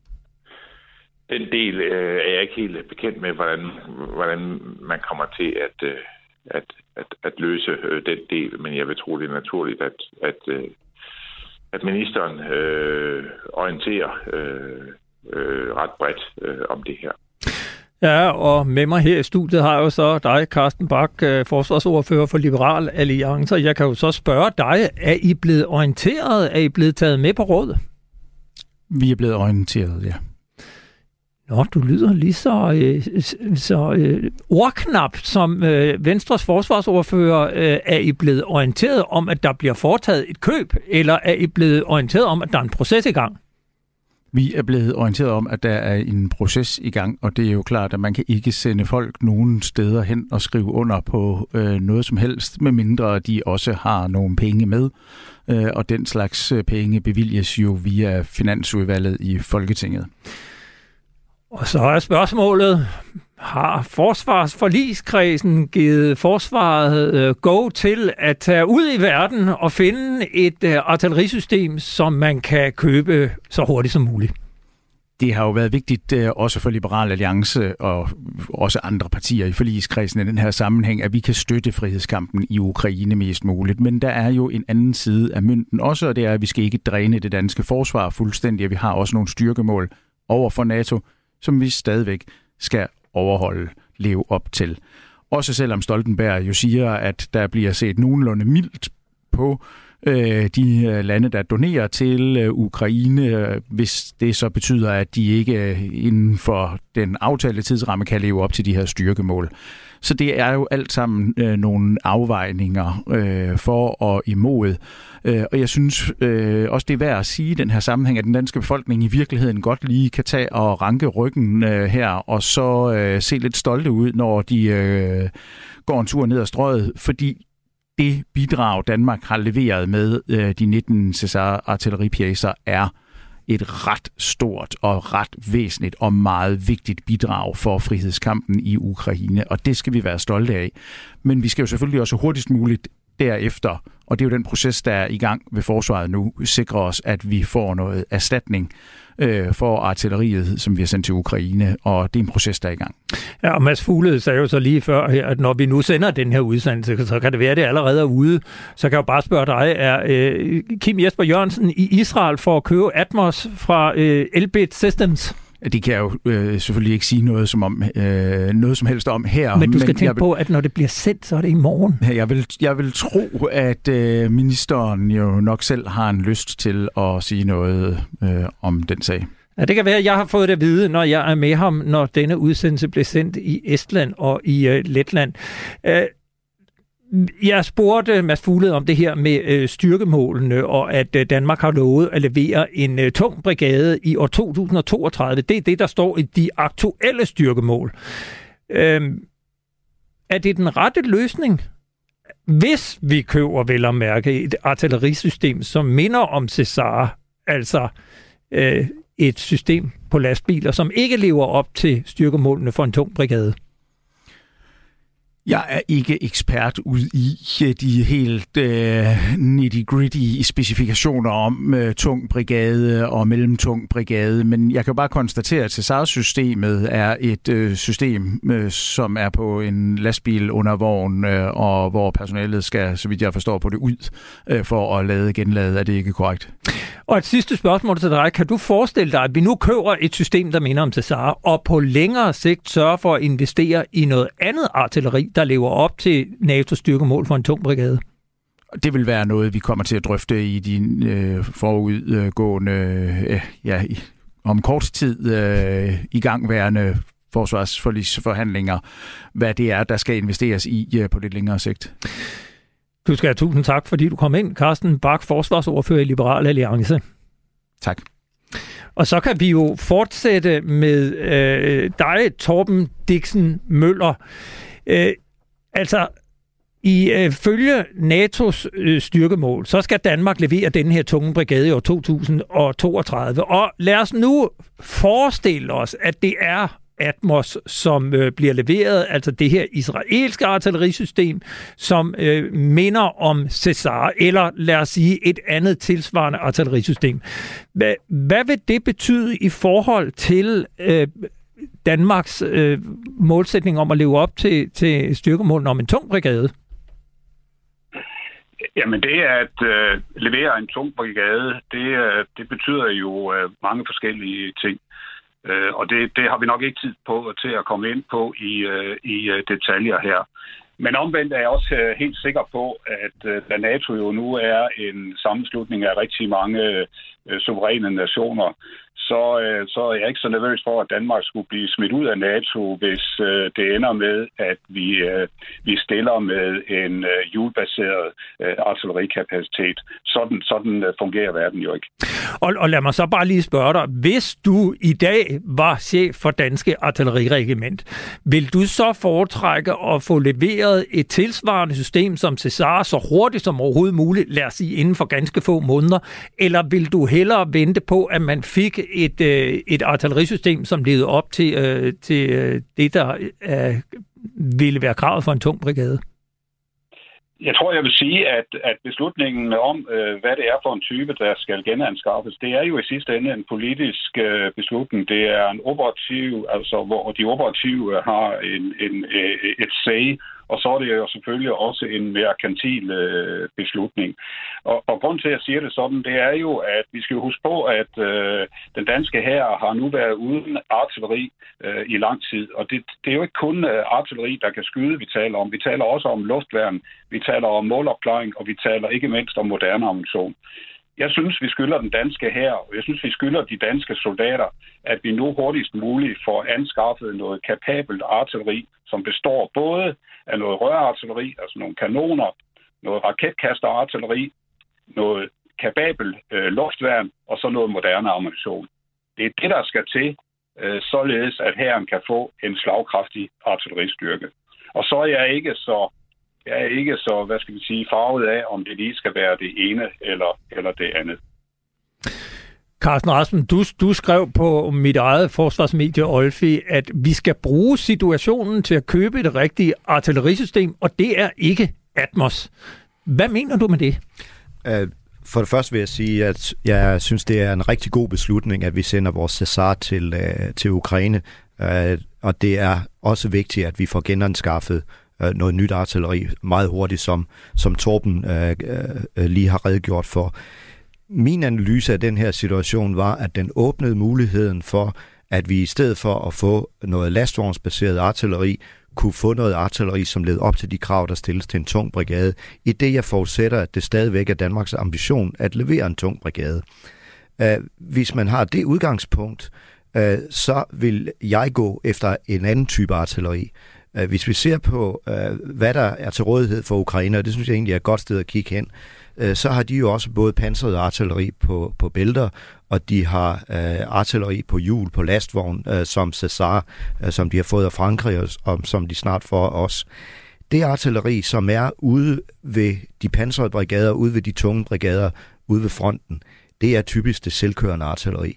Den del øh, er jeg ikke helt bekendt med, hvordan, hvordan man kommer til at, øh, at, at, at løse øh, den del, men jeg vil tro, det er naturligt, at, at, øh, at ministeren øh, orienterer øh, øh, ret bredt øh, om det her. Ja, og med mig her i studiet har jeg jo så dig, Carsten Bach, forsvarsordfører for Liberal Alliance. Jeg kan jo så spørge dig, er I blevet orienteret? Er I blevet taget med på rådet? Vi er blevet orienteret, ja. Nå, du lyder lige så, øh, så øh, ordknap som øh, Venstres forsvarsordfører. Øh, er I blevet orienteret om, at der bliver foretaget et køb, eller er I blevet orienteret om, at der er en proces i gang? Vi er blevet orienteret om, at der er en proces i gang, og det er jo klart, at man kan ikke sende folk nogen steder hen og skrive under på øh, noget som helst, medmindre de også har nogle penge med. Øh, og den slags penge bevilges jo via Finansudvalget i Folketinget. Og så er spørgsmålet, har forsvarsforligskredsen givet forsvaret øh, go til at tage ud i verden og finde et øh, artillerisystem, som man kan købe så hurtigt som muligt? Det har jo været vigtigt øh, også for Liberal Alliance og også andre partier i forligskredsen i den her sammenhæng, at vi kan støtte frihedskampen i Ukraine mest muligt. Men der er jo en anden side af mønten også, og det er, at vi skal ikke dræne det danske forsvar fuldstændig. Vi har også nogle styrkemål over for NATO, som vi stadigvæk skal overholde, leve op til. Også selvom Stoltenberg jo siger, at der bliver set nogenlunde mildt på øh, de lande, der donerer til øh, Ukraine, hvis det så betyder, at de ikke inden for den aftalte tidsramme kan leve op til de her styrkemål. Så det er jo alt sammen øh, nogle afvejninger øh, for og imod. Øh, og jeg synes øh, også, det er værd at sige i den her sammenhæng, at den danske befolkning i virkeligheden godt lige kan tage og ranke ryggen øh, her, og så øh, se lidt stolte ud, når de øh, går en tur ned ad strøget, fordi det bidrag, Danmark har leveret med øh, de nitten Cæsar-artilleripjæser, er et ret stort og ret væsentligt og meget vigtigt bidrag for frihedskampen i Ukraine, og det skal vi være stolte af. Men vi skal jo selvfølgelig også hurtigst muligt derefter, og det er jo den proces, der er i gang ved forsvaret nu, sikre os, at vi får noget erstatning øh, for artilleriet, som vi har sendt til Ukraine, og det er en proces, der er i gang. Ja, og Mads Fuglede sagde jo så lige før her, at når vi nu sender den her udsendelse, så kan det være, at det allerede er ude. Så kan jeg jo bare spørge dig, er øh, Kim Jesper Jørgensen i Israel for at købe Atmos fra øh, Elbit Systems? Det kan jeg jo øh, selvfølgelig ikke sige noget som, om, øh, noget som helst om her. Men du skal men tænke vil, på, at når det bliver sendt, så er det i morgen. Jeg vil, jeg vil tro, at øh, ministeren jo nok selv har en lyst til at sige noget øh, om den sag. Ja, det kan være, at jeg har fået det at vide, når jeg er med ham, når denne udsendelse blev sendt i Estland og i øh, Letland. Øh, Jeg spurgte Mads Fuglede om det her med øh, styrkemålene, og at øh, Danmark har lovet at levere en øh, tung brigade i år to tusind og toogtredive. Det er det, der står i de aktuelle styrkemål. Øh, er det den rette løsning, hvis vi køber, vel at mærke, et artillerisystem, som minder om Cæsar, altså øh, et system på lastbiler, som ikke lever op til styrkemålene for en tung brigade? Jeg er ikke ekspert ud i de helt øh, nitty-gritty specifikationer om øh, tung brigade og mellemtung brigade, men jeg kan bare konstatere, at Cæsar-systemet er et øh, system, øh, som er på en lastbil under vogn, øh, og hvor personalet skal, så vidt jeg forstår, på det ud øh, for at lade genlade. Er det ikke korrekt? Og et sidste spørgsmål til dig. Kan du forestille dig, at vi nu køber et system, der minder om Cæsar, og på længere sigt sørger for at investere i noget andet artilleri, der lever op til NATO's styrkemål for en tung brigade? Det vil være noget, vi kommer til at drøfte i de øh, forudgående, øh, ja, om kort tid øh, igangværende forsvarsforligsforhandlinger, hvad det er, der skal investeres i øh, på lidt længere sigt. Du skal have tusind tak, fordi du kom ind. Carsten Bach, forsvarsordfører i Liberal Alliance. Tak. Og så kan vi jo fortsætte med øh, dig, Torben Dixen Møller. Øh, altså, i øh, følge NATO's øh, styrkemål, så skal Danmark levere den her tunge brigade i år to tusind og toogtredive. Og lad os nu forestille os, at det er ATMOS, som øh, bliver leveret, altså det her israelske artillerisystem, som øh, minder om Cesar, eller lad os sige et andet tilsvarende artillerisystem. Hvad, hvad vil det betyde i forhold til øh, Danmarks øh, målsætning om at leve op til, til styrkemålene om en tung brigade? Jamen det at øh, levere en tung brigade, det, øh, det betyder jo øh, mange forskellige ting. Øh, og det, det har vi nok ikke tid på til at komme ind på i, øh, i øh, detaljer her. Men omvendt er jeg også øh, helt sikker på, at øh, da NATO jo nu er en sammenslutning af rigtig mange øh, suveræne nationer, så, øh, så er jeg ikke så nervøs for, at Danmark skulle blive smidt ud af NATO, hvis øh, det ender med, at vi, øh, vi stiller med en øh, hjulbaseret øh, artillerikapacitet. Sådan, sådan øh, fungerer verden jo ikke. Og, og lad mig så bare lige spørge dig, hvis du i dag var chef for Danske Artilleriregiment, vil du så foretrække at få leveret et tilsvarende system som Cesar så hurtigt som overhovedet muligt, lad os sige inden for ganske få måneder, eller vil du hellere vente på, at man fik et, øh, et artillerisystem, som levede op til, øh, til øh, det, der øh, ville være kravet for en tung brigade? Jeg tror, jeg vil sige, at, at beslutningen om, øh, hvad det er for en type, der skal genanskaffes, det er jo i sidste ende en politisk øh, beslutning. Det er en operativ, altså hvor de operative har en, en, et say, og så er det jo selvfølgelig også en merkantil øh, beslutning. Og, og grund til, at jeg siger det sådan, det er jo, at vi skal huske på, at øh, den danske hær har nu været uden artilleri øh, i lang tid. Og det, det er jo ikke kun øh, artilleri, der kan skyde, vi taler om. Vi taler også om luftværn, vi taler om målopklaring, og vi taler ikke mindst om moderne ammunition. Jeg synes, vi skylder den danske hær, og jeg synes, vi skylder de danske soldater, at vi nu hurtigst muligt får anskaffet noget kapabelt artilleri, som består både af noget rørartilleri, altså nogle kanoner, noget raketkasterartilleri, noget kapabel øh, luftværn og så noget moderne ammunition. Det er det, der skal til, øh, således at hæren kan få en slagkraftig artilleristyrke. Og så er jeg ikke så Jeg er ikke så, hvad skal vi sige, farvet af, om det lige skal være det ene eller, eller det andet. Carsten Rasmussen, du, du skrev på mit eget forsvarsmedie Olfi, at vi skal bruge situationen til at købe det rigtige artillerisystem, og det er ikke ATMOS. Hvad mener du med det? For det første vil jeg sige, at jeg synes, det er en rigtig god beslutning, at vi sender vores Cesar til, til Ukraine, og det er også vigtigt, at vi får genanskaffet noget nyt artilleri meget hurtigt, som, som Torben øh, øh, lige har redegjort for. Min analyse af den her situation var, at den åbnede muligheden for, at vi i stedet for at få noget lastvognsbaseret artilleri, kunne få noget artilleri, som led op til de krav, der stilles til en tung brigade, i det jeg forudsætter, at det stadigvæk er Danmarks ambition at levere en tung brigade. Øh, hvis man har det udgangspunkt, øh, så vil jeg gå efter en anden type artilleri. Hvis vi ser på, hvad der er til rådighed for Ukraine, og det synes jeg egentlig er et godt sted at kigge hen, så har de jo også både pansret artilleri på, på bælter, og de har artilleri på hjul på lastvogn, som Cesar, som de har fået af Frankrig, og som de snart får os. Det artilleri, som er ude ved de pansrede brigader, ude ved de tunge brigader, ude ved fronten, det er typisk det selvkørende artilleri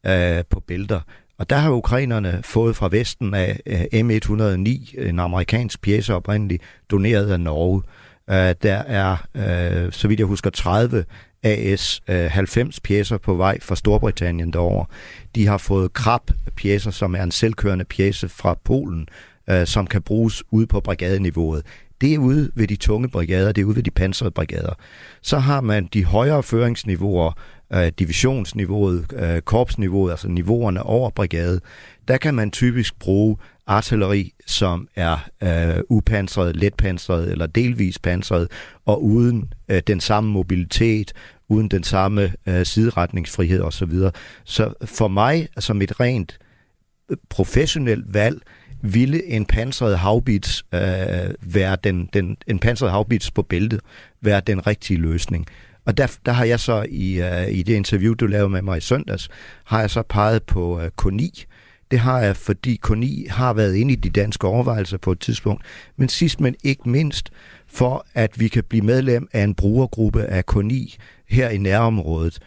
på bælter. Og der har ukrainerne fået fra Vesten af M et hundrede og ni, en amerikansk pjece oprindeligt, doneret af Norge. Der er, så vidt jeg husker, tredive A S halvfems pjecer på vej fra Storbritannien derover. De har fået Krab pjecer, som er en selvkørende pjece fra Polen, som kan bruges ude på brigadeniveauet. Det er ude ved de tunge brigader, det er ude ved de pansrede brigader. Så har man de højere føringsniveauer, divisionsniveauet, korpsniveauet, altså niveauerne over brigade. Der kan man typisk bruge artilleri, som er øh, upansret, letpansret eller delvis pansret, og uden øh, den samme mobilitet, uden den samme øh, sideretningsfrihed osv. Så for mig, som et rent professionelt valg, ville en pansret haubits øh, være den, den en pansret haubits på bæltet være den rigtige løsning. Og der, der har jeg så i, uh, i det interview, du lavede med mig i søndags, har jeg så peget på uh, K ni. Det har jeg, fordi K ni har været inde i de danske overvejelser på et tidspunkt. Men sidst, men ikke mindst, for at vi kan blive medlem af en brugergruppe af K ni her i nærområdet.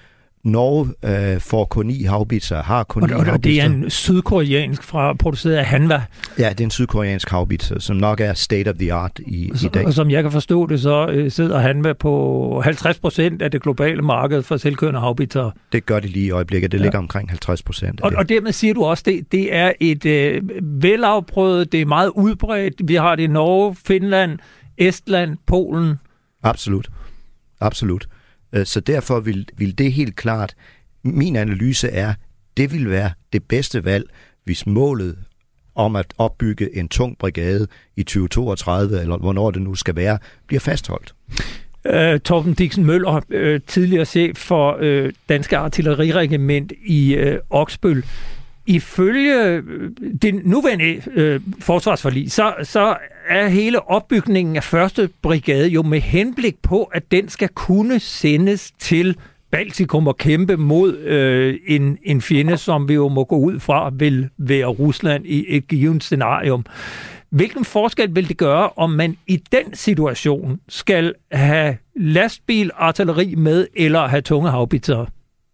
Norge øh, får K ni haubitser, har K ni og, og, haubitser. Og det er en sydkoreansk fra produceret af Hanwha. Ja, det er en sydkoreansk haubitser, som nok er state of the art i, i dag. Og som jeg kan forstå det, så øh, sidder Hanwha på halvtreds procent af det globale marked for selvkørende haubitser. Det gør det lige i øjeblikket. Det ja. ligger omkring halvtreds procent. Og, og dermed siger du også, det, det er et øh, velafprøvet, det er meget udbredt. Vi har det i Norge, Finland, Estland, Polen. Absolut. Absolut. Så derfor vil, vil det helt klart, min analyse er, det vil være det bedste valg, hvis målet om at opbygge en tung brigade i tyve toogtredive, eller hvornår det nu skal være, bliver fastholdt. Uh, Torben Dixen Møller, uh, tidligere chef for uh, Danske Artilleriregiment i uh, Oksbøl. Ifølge det nuværende øh, forsvarsforlig, så, så er hele opbygningen af første brigade jo med henblik på, at den skal kunne sendes til Baltikum og kæmpe mod øh, en, en fjende, som vi jo må gå ud fra, vil være Rusland i et givet scenarium. Hvilken forskel vil det gøre, om man i den situation skal have lastbil, artilleri med, eller have tunge haubitser?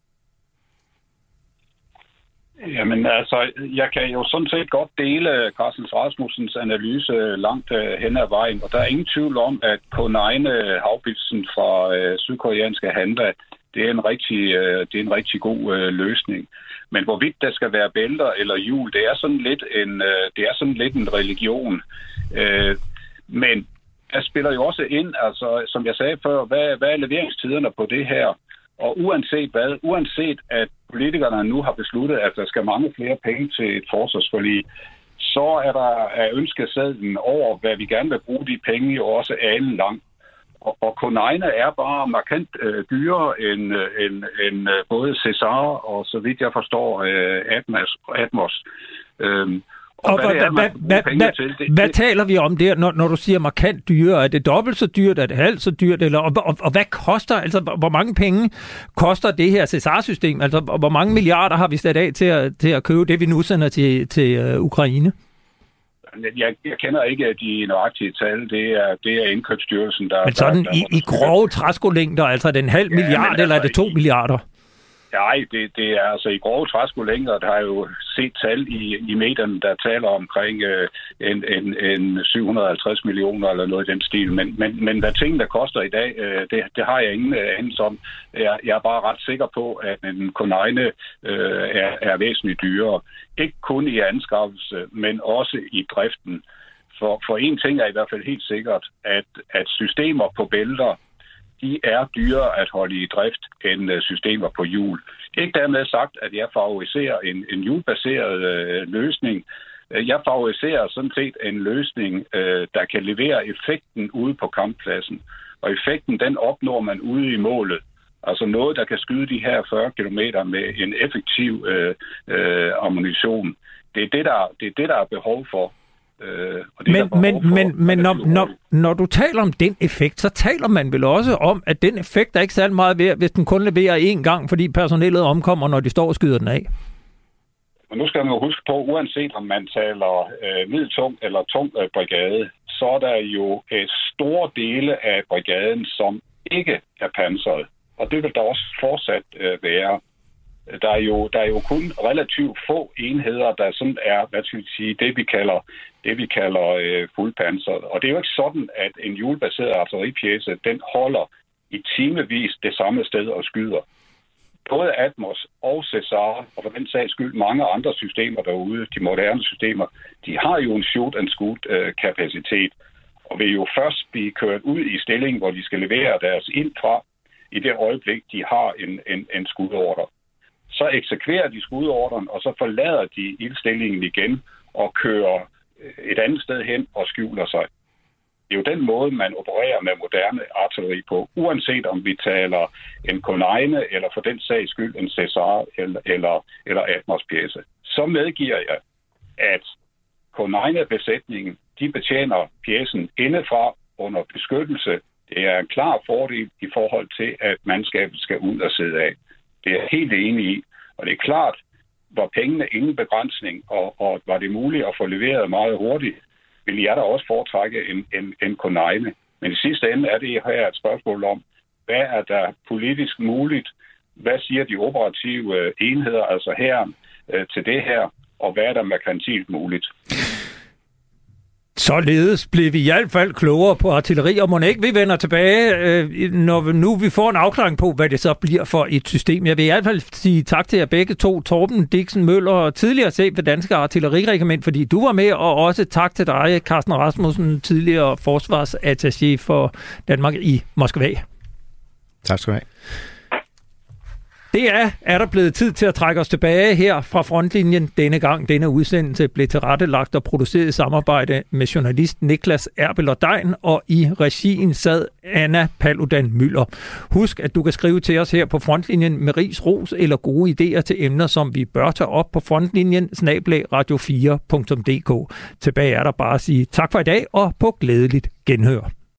Jamen altså, jeg kan jo sådan set godt dele Carsten Rasmussens analyse langt uh, hen ad vejen, og der er ingen tvivl om, at K ni haubitsen fra uh, sydkoreanske Hanwha, det er en rigtig, uh, det er en rigtig god uh, løsning. Men hvorvidt der skal være bælter eller hjul, det er sådan lidt en, uh, det er sådan lidt en religion. Uh, men der spiller jo også ind, altså som jeg sagde før, hvad, hvad er leveringstiderne på det her? Og uanset hvad, uanset at politikerne nu har besluttet, at der skal mange flere penge til et forsvarsforlig, så er der af ønskesedlen over, hvad vi gerne vil bruge de penge, jo også alen lang. Og, og K ni er bare markant øh, dyrere end, øh, end, end øh, både Cesar og, så vidt jeg forstår, øh, Atmos. Atmos. Øhm, Og, og hvad, hvad, hvad, hvad, hvad, til, det, hvad det... taler vi om der, når, når du siger markant dyre? Er det dobbelt så dyrt? Er det halvt så dyrt? Eller, og, og, og hvad koster, altså hvor mange penge koster det her Cesar-system? Altså hvor mange milliarder har vi sat af til at, til at købe det, vi nu sender til, til uh, Ukraine? Jeg, jeg kender ikke de nøjagtige tal. Det er, det er Indkøbsstyrelsen, der... Men sådan der, der, i, i grove træskolængder, altså er det en halv ja, milliard, altså, eller er det to i... milliarder? Nej, det, det er altså i grove træskolængder, der har jo set tal i, i medierne, der taler omkring øh, en, en, en syv hundrede og halvtreds millioner eller noget i den stil. Men, men, men hvad tingene koster i dag, øh, det, det har jeg ingen øh, anelse om. Jeg, jeg er bare ret sikker på, at en K ni øh, er, er væsentligt dyrere. Ikke kun i anskaffelse, men også i driften. For, for en ting er i hvert fald helt sikkert, at, at systemer på bælter, de er dyrere at holde i drift end systemer på hjul. Ikke dermed sagt, at jeg favoriserer en, en hjulbaseret øh, løsning. Jeg favoriserer sådan set en løsning, øh, der kan levere effekten ude på kamppladsen. Og effekten, den opnår man ude i målet. Altså noget, der kan skyde de her fyrre kilometer med en effektiv øh, øh, ammunition. Det er det, der, det er det, der er behov for. Øh, og det, men men, for, men, men når, når, når du taler om den effekt, så taler man vel også om, at den effekt er ikke særlig meget værd, hvis den kun leverer én gang, fordi personellet omkommer, når de står og skyder den af. Men nu skal man jo huske på, uanset om man taler øh, middeltung eller tung øh, brigade, så er der jo øh, store dele af brigaden, som ikke er pansret. Og det vil der også fortsat øh, være. Der er, jo, der er jo kun relativt få enheder, der sådan er, hvad skal vi sige, det vi kalder, det vi kalder øh, fuldpansret. Og det er jo ikke sådan, at en hjulbaseret artilleripjece, den holder i timevis det samme sted og skyder. Både Atmos og Cesar, og for den sags skyld mange andre systemer derude, de moderne systemer, de har jo en shoot-and-scoot-kapacitet, og vil jo først blive kørt ud i stilling, hvor de skal levere deres ind fra, i det øjeblik, de har en, en, en skudordre. Så eksekverer de skudordren, og så forlader de ildstillingen igen og kører et andet sted hen og skjuler sig. Det er jo den måde, man opererer med moderne artilleri på, uanset om vi taler en K ni eller for den sags skyld en Cesar eller, eller, eller Atmos-pjece. Så medgiver jeg, at K ni-besætningen, de betjener pjecen indefra under beskyttelse. Det er en klar fordel i forhold til, at mandskabet skal ud og sidde af. Det er jeg helt enig i. Og det er klart, var pengene ingen begrænsning, og, og var det muligt at få leveret meget hurtigt, vil jeg da også foretrække en, en, en K ni. Men i sidste ende er det her et spørgsmål om, hvad er der politisk muligt hvad siger de operative øh, enheder, altså her øh, til det her, og hvad er der merkantilt muligt? Således blev vi i hvert fald klogere på artilleri, og må ikke vi vender tilbage, øh, når nu vi får en afklaring på, hvad det så bliver for et system. Jeg vil i hvert fald sige tak til jer begge to, Torben Dixen Møller og tidligere chef ved Danske Artilleriregiment, fordi du var med, og også tak til dig, Carsten Rasmussen, tidligere forsvarsattaché for Danmark i Moskva. Tak skal du have. Det er, er der blevet tid til at trække os tilbage her fra frontlinjen. Denne gang, denne udsendelse blev tilrettelagt og produceret i samarbejde med journalist Niklas Erbel Dein, og i regien sad Anna Paludan Møller. Husk, at du kan skrive til os her på frontlinjen med ris, ros eller gode idéer til emner, som vi bør tage op på frontlinjen snabel-a radio fire punktum d k. Tilbage er der bare at sige tak for i dag og på glædeligt genhør.